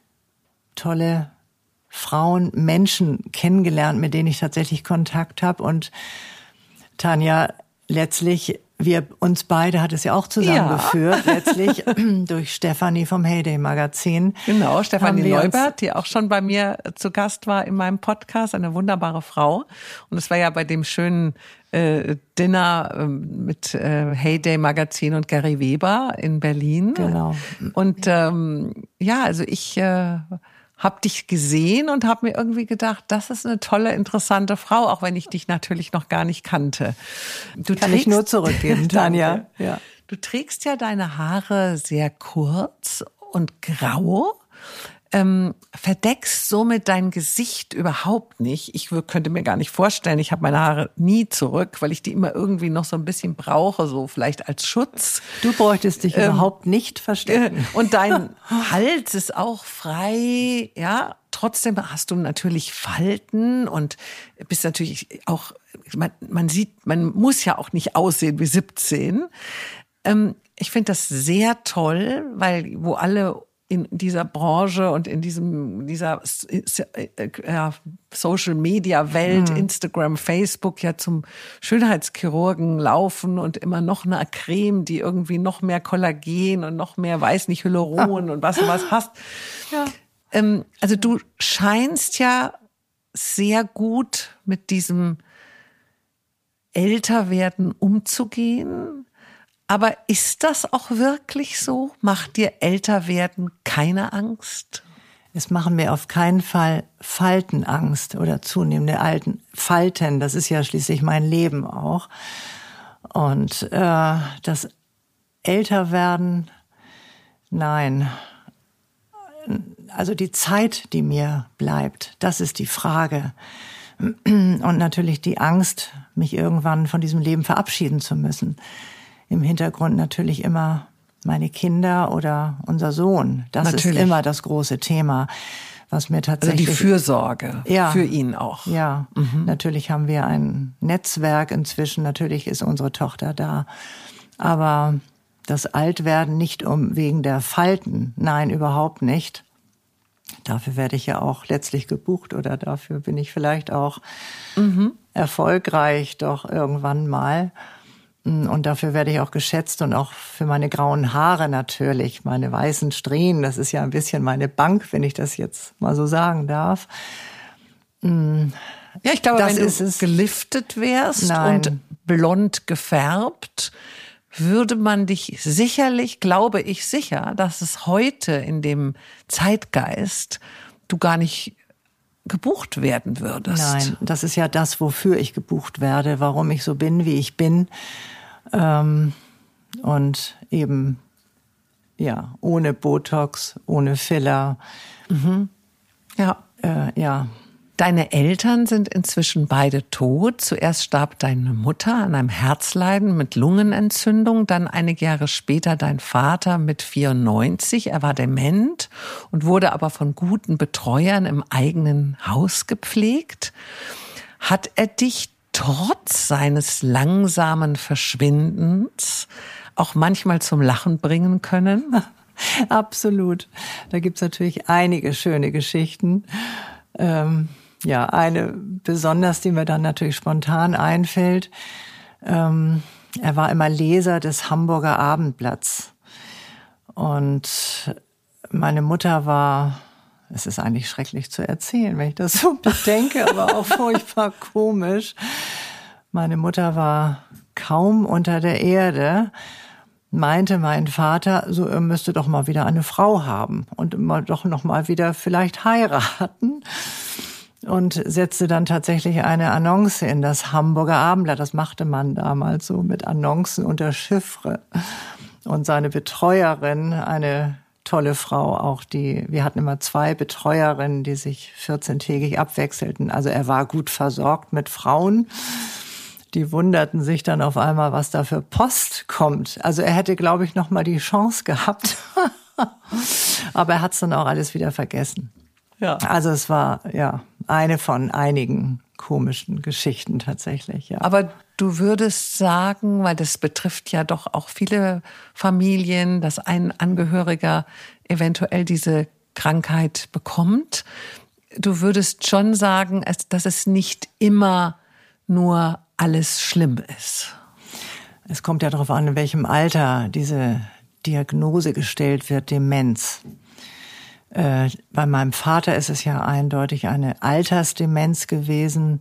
tolle Frauen, Menschen kennengelernt, mit denen ich tatsächlich Kontakt habe. Und Tanja, letztlich, wir uns beide hat es ja auch zusammengeführt, letztlich durch Stefanie vom Heyday Magazin. Genau, Stefanie Neubert, die auch schon bei mir zu Gast war in meinem Podcast, eine wunderbare Frau. Und es war ja bei dem schönen Dinner mit Heyday Magazin und Gary Weber in Berlin. Genau. Und also ich hab dich gesehen und habe mir irgendwie gedacht, das ist eine tolle, interessante Frau, auch wenn ich dich natürlich noch gar nicht kannte. Kann ich nur zurückgeben, Tanja. Ja. Du trägst ja deine Haare sehr kurz und grau, verdeckst somit dein Gesicht überhaupt nicht. Ich könnte mir gar nicht vorstellen, ich habe meine Haare nie zurück, weil ich die immer irgendwie noch so ein bisschen brauche, so vielleicht als Schutz. Du bräuchtest dich überhaupt nicht verstecken. Und dein Hals ist auch frei, ja. Trotzdem hast du natürlich Falten und bist natürlich auch, man muss ja auch nicht aussehen wie 17. Ich finde das sehr toll, weil wo alle in dieser Branche und in dieser Social Media Welt, Instagram, Facebook ja zum Schönheitschirurgen laufen und immer noch eine Creme, die irgendwie noch mehr Kollagen und noch mehr, weiß nicht, Hyaluron und was du was hast. Ja. Also du scheinst ja sehr gut mit diesem Älterwerden umzugehen. Aber ist das auch wirklich so? Macht dir Älterwerden keine Angst? Es machen mir auf keinen Fall Faltenangst oder zunehmende alten Falten. Das ist ja schließlich mein Leben auch. Und das Älterwerden, nein. Also die Zeit, die mir bleibt, das ist die Frage. Und natürlich die Angst, mich irgendwann von diesem Leben verabschieden zu müssen. Im Hintergrund natürlich immer meine Kinder oder unser Sohn. Das natürlich ist immer das große Thema, was mir tatsächlich... Also die Fürsorge für ihn auch. Ja, natürlich haben wir ein Netzwerk inzwischen. Natürlich ist unsere Tochter da. Aber das Altwerden nicht wegen der Falten. Nein, überhaupt nicht. Dafür werde ich ja auch letztlich gebucht oder dafür bin ich vielleicht auch erfolgreich doch irgendwann mal. Und dafür werde ich auch geschätzt und auch für meine grauen Haare natürlich, meine weißen Strähnen. Das ist ja ein bisschen meine Bank, wenn ich das jetzt mal so sagen darf. Ja, ich glaube, wenn du geliftet wärst und blond gefärbt, würde man dich sicherlich, glaube ich sicher, dass es heute in dem Zeitgeist du gar nicht gebucht werden würdest. Nein, das ist ja das, wofür ich gebucht werde, warum ich so bin, wie ich bin. Und eben, ja, ohne Botox, ohne Filler. Ja. Deine Eltern sind inzwischen beide tot. Zuerst starb deine Mutter an einem Herzleiden mit Lungenentzündung, dann einige Jahre später dein Vater mit 94. Er war dement und wurde aber von guten Betreuern im eigenen Haus gepflegt. Hat er dich trotz seines langsamen Verschwindens auch manchmal zum Lachen bringen können? Absolut. Da gibt's natürlich einige schöne Geschichten. Ja, eine besonders, die mir dann natürlich spontan einfällt. Er war immer Leser des Hamburger Abendblatts. Und meine Mutter war, es ist eigentlich schrecklich zu erzählen, wenn ich das so bedenke, aber auch furchtbar komisch. Meine Mutter war kaum unter der Erde, meinte mein Vater, so er müsste doch mal wieder eine Frau haben und doch noch mal wieder vielleicht heiraten. Und setzte dann tatsächlich eine Annonce in das Hamburger Abendblatt. Das machte man damals so mit Annoncen unter Chiffre. Und seine Betreuerin, eine tolle Frau auch, wir hatten immer 2 Betreuerinnen, die sich 14-tägig abwechselten. Also er war gut versorgt mit Frauen. Die wunderten sich dann auf einmal, was da für Post kommt. Also er hätte, glaube ich, noch mal die Chance gehabt. Aber er hat es dann auch alles wieder vergessen. Ja. Also es war ja eine von einigen komischen Geschichten tatsächlich. Ja. Aber du würdest sagen, weil das betrifft ja doch auch viele Familien, dass ein Angehöriger eventuell diese Krankheit bekommt. Du würdest schon sagen, dass es nicht immer nur alles schlimm ist. Es kommt ja darauf an, in welchem Alter diese Diagnose gestellt wird, Demenz. Bei meinem Vater ist es ja eindeutig eine Altersdemenz gewesen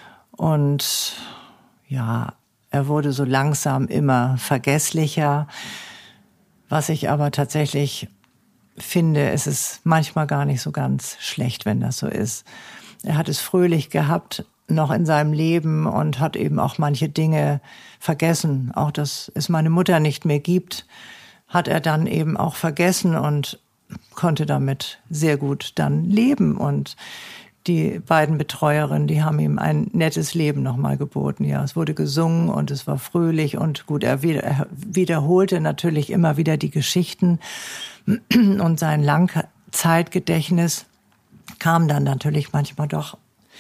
und ja, er wurde so langsam immer vergesslicher. Was ich aber tatsächlich finde, es ist manchmal gar nicht so ganz schlecht, wenn das so ist. Er hat es fröhlich gehabt noch in seinem Leben und hat eben auch manche Dinge vergessen. Auch dass es meine Mutter nicht mehr gibt, hat er dann eben auch vergessen und konnte damit sehr gut dann leben. Und die beiden Betreuerinnen, die haben ihm ein nettes Leben nochmal geboten. Ja, es wurde gesungen und es war fröhlich und gut. Er wiederholte natürlich immer wieder die Geschichten und sein Langzeitgedächtnis kam dann natürlich manchmal doch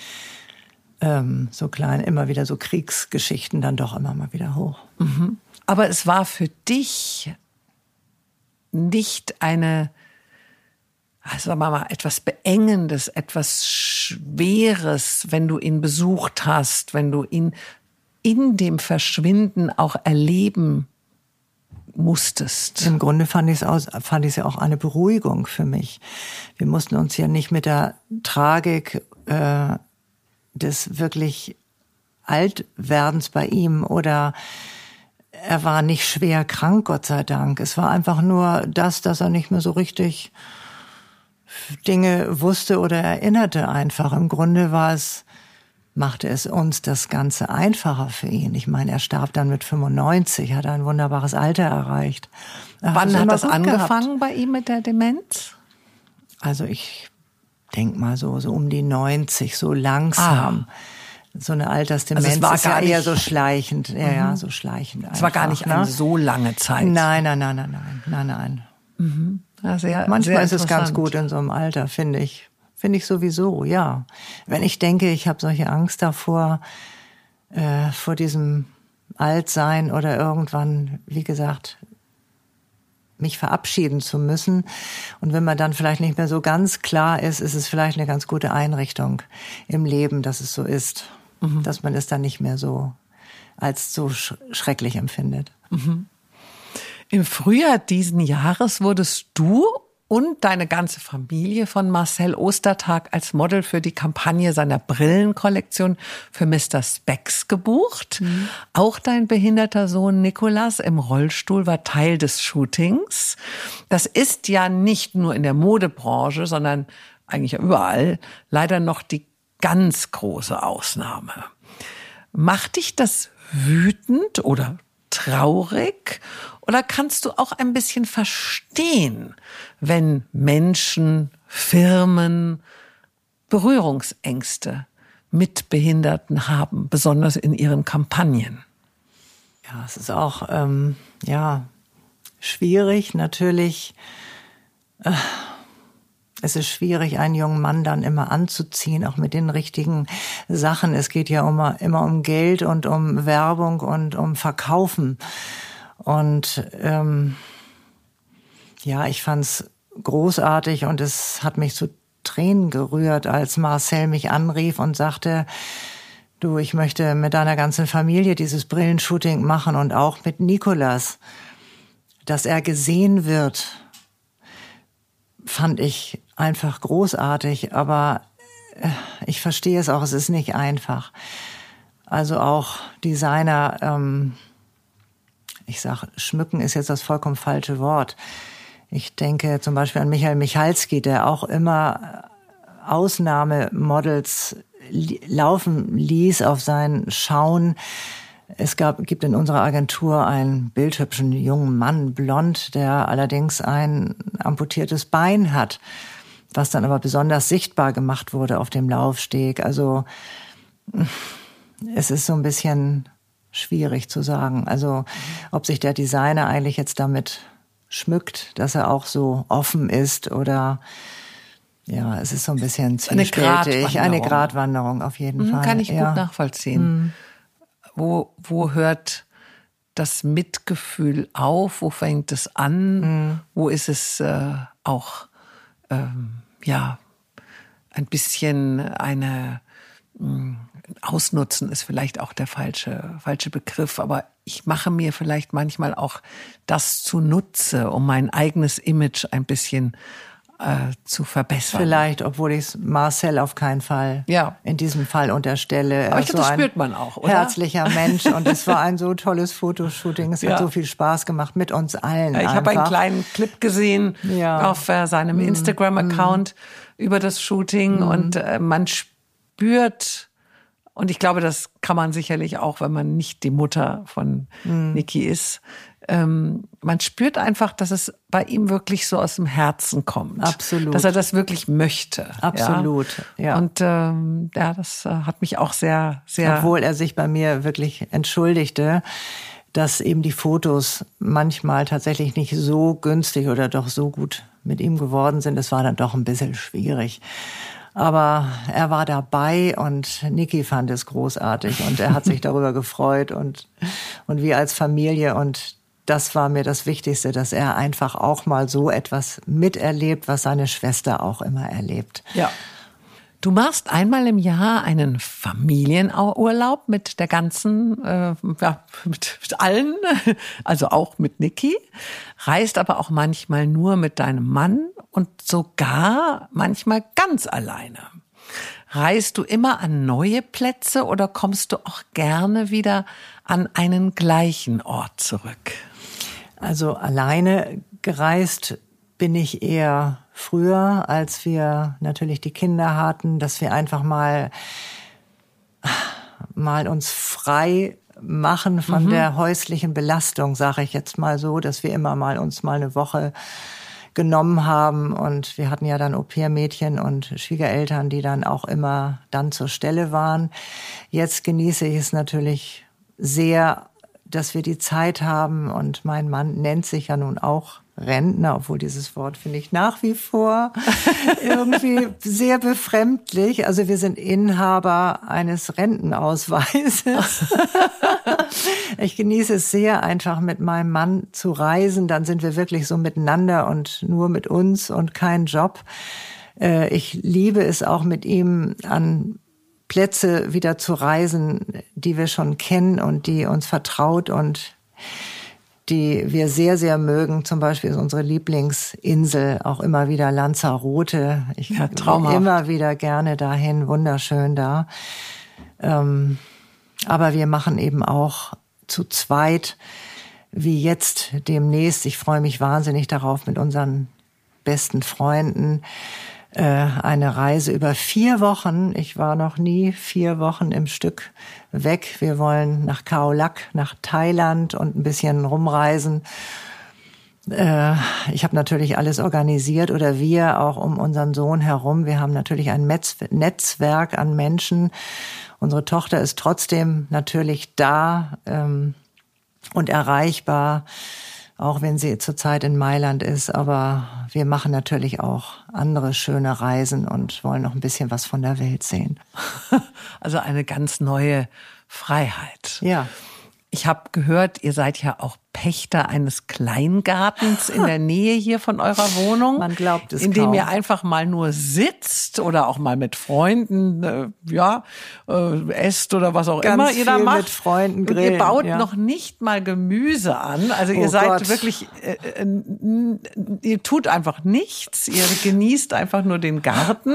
so klein, immer wieder so Kriegsgeschichten dann doch immer mal wieder hoch. Mhm. Aber es war für dich nicht sagen wir mal, etwas Beengendes, etwas Schweres, wenn du ihn besucht hast, wenn du ihn in dem Verschwinden auch erleben musstest. Im Grunde fand ich es ja auch eine Beruhigung für mich. Wir mussten uns ja nicht mit der Tragik des wirklich Altwerdens bei ihm oder er war nicht schwer krank, Gott sei Dank. Es war einfach nur dass er nicht mehr so richtig Dinge wusste oder erinnerte einfach. Im Grunde machte es uns das Ganze einfacher für ihn. Ich meine, er starb dann mit 95, hat ein wunderbares Alter erreicht. Wann hat das angefangen bei ihm mit der Demenz? Also ich denke mal so um die 90, so langsam. So eine Altersdemenz also es war ist ja eher so schleichend. Ja, so schleichend einfach. Es war gar nicht eine so lange Zeit. Nein. Ja, Manchmal sehr ist es ganz gut in so einem Alter, finde ich. Finde ich sowieso, ja. Wenn ich denke, ich habe solche Angst davor, vor diesem Altsein oder irgendwann, wie gesagt, mich verabschieden zu müssen. Und wenn man dann vielleicht nicht mehr so ganz klar ist, ist es vielleicht eine ganz gute Einrichtung im Leben, dass es so ist. Dass man es dann nicht mehr so als so schrecklich empfindet. Im Frühjahr diesen Jahres wurdest du und deine ganze Familie von Marcel Ostertag als Model für die Kampagne seiner Brillenkollektion für Mr. Spex gebucht. Auch dein behinderter Sohn Nicolas im Rollstuhl war Teil des Shootings. Das ist ja nicht nur in der Modebranche, sondern eigentlich überall leider noch die ganz große Ausnahme. Macht dich das wütend oder traurig? Oder kannst du auch ein bisschen verstehen, wenn Menschen, Firmen Berührungsängste mit Behinderten haben, besonders in ihren Kampagnen? Ja, es ist auch schwierig natürlich. Es ist schwierig, einen jungen Mann dann immer anzuziehen, auch mit den richtigen Sachen. Es geht ja immer um Geld und um Werbung und um Verkaufen. Und ich fand's großartig und es hat mich zu Tränen gerührt, als Marcel mich anrief und sagte, du, ich möchte mit deiner ganzen Familie dieses Brillenshooting machen und auch mit Nicolas, dass er gesehen wird, fand ich einfach großartig, aber ich verstehe es auch, es ist nicht einfach. Also auch Designer, ich sag, schmücken ist jetzt das vollkommen falsche Wort. Ich denke zum Beispiel an Michael Michalski, der auch immer Ausnahmemodels laufen ließ auf seinen Schauen. Es gibt in unserer Agentur einen bildhübschen jungen Mann, blond, der allerdings ein amputiertes Bein hat, was dann aber besonders sichtbar gemacht wurde auf dem Laufsteg. Also es ist so ein bisschen schwierig zu sagen. Also ob sich der Designer eigentlich jetzt damit schmückt, dass er auch so offen ist oder ja, es ist so ein bisschen zwiespältig. Eine Gratwanderung auf jeden Fall. Kann ich gut nachvollziehen. Wo hört das Mitgefühl auf? Wo fängt es an? Wo ist es auch ein bisschen Ausnutzen ist vielleicht auch der falsche Begriff, aber ich mache mir vielleicht manchmal auch das zunutze, um mein eigenes Image ein bisschen zu verbessern. Vielleicht, obwohl ich es Marcel auf keinen Fall in diesem Fall unterstelle. Aber ich glaube, das spürt man auch, oder? Herzlicher Mensch und es war ein so tolles Fotoshooting. Es hat so viel Spaß gemacht mit uns allen. Ich habe einen kleinen Clip gesehen auf seinem Instagram-Account über das Shooting und man spürt, und ich glaube, das kann man sicherlich auch, wenn man nicht die Mutter von Niki ist, man spürt einfach, dass es bei ihm wirklich so aus dem Herzen kommt. Absolut. Dass er das wirklich möchte. Absolut, ja. Und das hat mich auch sehr, sehr... Obwohl er sich bei mir wirklich entschuldigte, dass eben die Fotos manchmal tatsächlich nicht so günstig oder doch so gut mit ihm geworden sind. Es war dann doch ein bisschen schwierig. Aber er war dabei und Niki fand es großartig und er hat sich darüber gefreut und wir als Familie, und das war mir das Wichtigste, dass er einfach auch mal so etwas miterlebt, was seine Schwester auch immer erlebt. Ja. Du machst einmal im Jahr einen Familienurlaub mit der ganzen, mit allen, also auch mit Niki, reist aber auch manchmal nur mit deinem Mann und sogar manchmal ganz alleine. Reist du immer an neue Plätze oder kommst du auch gerne wieder an einen gleichen Ort zurück? Also alleine gereist bin ich eher früher, als wir natürlich die Kinder hatten, dass wir einfach mal uns frei machen von der häuslichen Belastung, sage ich jetzt mal so, dass wir immer mal uns mal eine Woche genommen haben. Und wir hatten ja dann Au-pair-Mädchen und Schwiegereltern, die dann auch immer dann zur Stelle waren. Jetzt genieße ich es natürlich sehr, dass wir die Zeit haben. Und mein Mann nennt sich ja nun auch Rentner, obwohl dieses Wort finde ich nach wie vor irgendwie sehr befremdlich. Also wir sind Inhaber eines Rentenausweises. Ich genieße es sehr, einfach mit meinem Mann zu reisen. Dann sind wir wirklich so miteinander und nur mit uns und kein Job. Ich liebe es auch mit ihm an Plätze wieder zu reisen, die wir schon kennen und die uns vertraut und die wir sehr, sehr mögen. Zum Beispiel ist unsere Lieblingsinsel auch immer wieder Lanzarote. Ich gehe immer wieder gerne dahin, wunderschön da. Aber wir machen eben auch zu zweit, wie jetzt demnächst. Ich freue mich wahnsinnig darauf, mit unseren besten Freunden eine Reise über 4 Wochen. Ich war noch nie 4 Wochen im Stück weg. Wir wollen nach Khao Lak, nach Thailand und ein bisschen rumreisen. Ich habe natürlich alles organisiert oder wir auch um unseren Sohn herum. Wir haben natürlich ein Netzwerk an Menschen. Unsere Tochter ist trotzdem natürlich da und erreichbar, auch wenn sie zurzeit in Mailand ist. Aber wir machen natürlich auch andere schöne Reisen und wollen noch ein bisschen was von der Welt sehen. Also eine ganz neue Freiheit. Ja. Ich habe gehört, ihr seid ja auch Pächter eines Kleingartens in der Nähe hier von eurer Wohnung. Man glaubt es in dem kaum. ihr einfach mal nur sitzt oder auch mal mit Freunden, esst oder was auch Ganz immer ihr da viel macht. Mit Freunden grillen. Und ihr baut ja. noch nicht mal Gemüse an. Also ihr Oh seid Gott. wirklich, ihr tut einfach nichts. Ihr genießt einfach nur den Garten.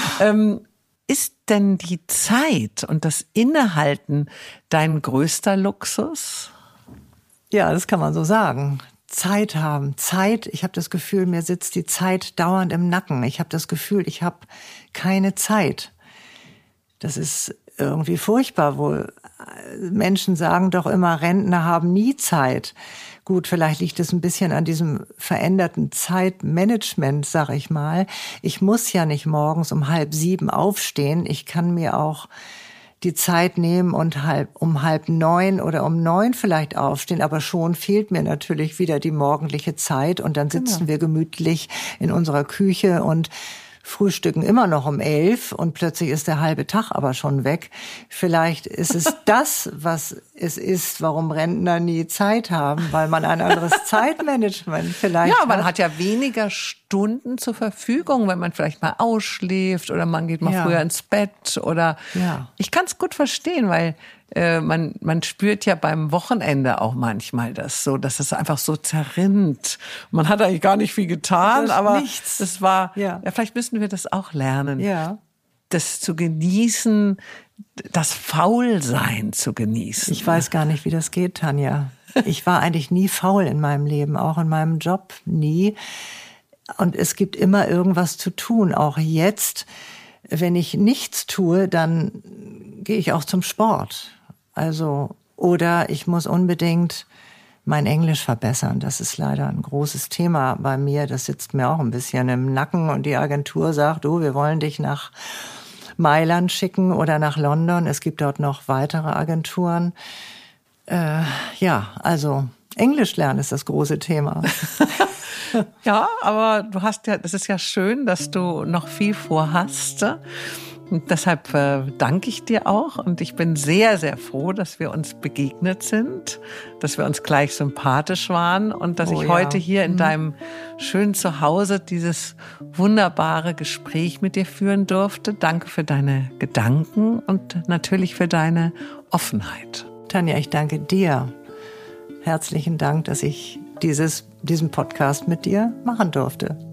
Ist denn die Zeit und das Innehalten dein größter Luxus? Ja, das kann man so sagen. Zeit haben. Zeit, ich habe das Gefühl, mir sitzt die Zeit dauernd im Nacken. Ich habe das Gefühl, ich habe keine Zeit. Das ist irgendwie furchtbar, wo Menschen sagen doch immer, Rentner haben nie Zeit. Gut, vielleicht liegt es ein bisschen an diesem veränderten Zeitmanagement, sag ich mal. Ich muss ja nicht morgens um 6:30 aufstehen. Ich kann mir auch die Zeit nehmen und um 8:30 oder um 9 vielleicht aufstehen. Aber schon fehlt mir natürlich wieder die morgendliche Zeit. Und dann sitzen wir gemütlich in unserer Küche und frühstücken immer noch um 11 und plötzlich ist der halbe Tag aber schon weg. Vielleicht ist es das, was es ist, warum Rentner nie Zeit haben, weil man ein anderes Zeitmanagement vielleicht hat. Ja, man hat ja weniger Stunden zur Verfügung, wenn man vielleicht mal ausschläft oder man geht mal früher ins Bett oder ich kann es gut verstehen, weil man spürt ja beim Wochenende auch manchmal das so, dass es einfach so zerrinnt. Man hat eigentlich gar nicht viel getan, aber nichts. Das war, vielleicht müssen wir das auch lernen. Ja. Das zu genießen, das Faulsein zu genießen. Ich weiß gar nicht, wie das geht, Tanja. Ich war eigentlich nie faul in meinem Leben, auch in meinem Job nie. Und es gibt immer irgendwas zu tun, auch jetzt. Wenn ich nichts tue, dann gehe ich auch zum Sport. Also, oder ich muss unbedingt mein Englisch verbessern. Das ist leider ein großes Thema bei mir. Das sitzt mir auch ein bisschen im Nacken. Und die Agentur sagt, wir wollen dich nach Mailand schicken oder nach London. Es gibt dort noch weitere Agenturen. Also Englisch lernen ist das große Thema. Ja, aber das ist ja schön, dass du noch viel vorhast. Und deshalb danke ich dir auch und ich bin sehr, sehr froh, dass wir uns begegnet sind, dass wir uns gleich sympathisch waren und dass ich heute hier in deinem schönen Zuhause dieses wunderbare Gespräch mit dir führen durfte. Danke für deine Gedanken und natürlich für deine Offenheit. Tanja, ich danke dir. Herzlichen Dank, dass ich diesen Podcast mit dir machen durfte.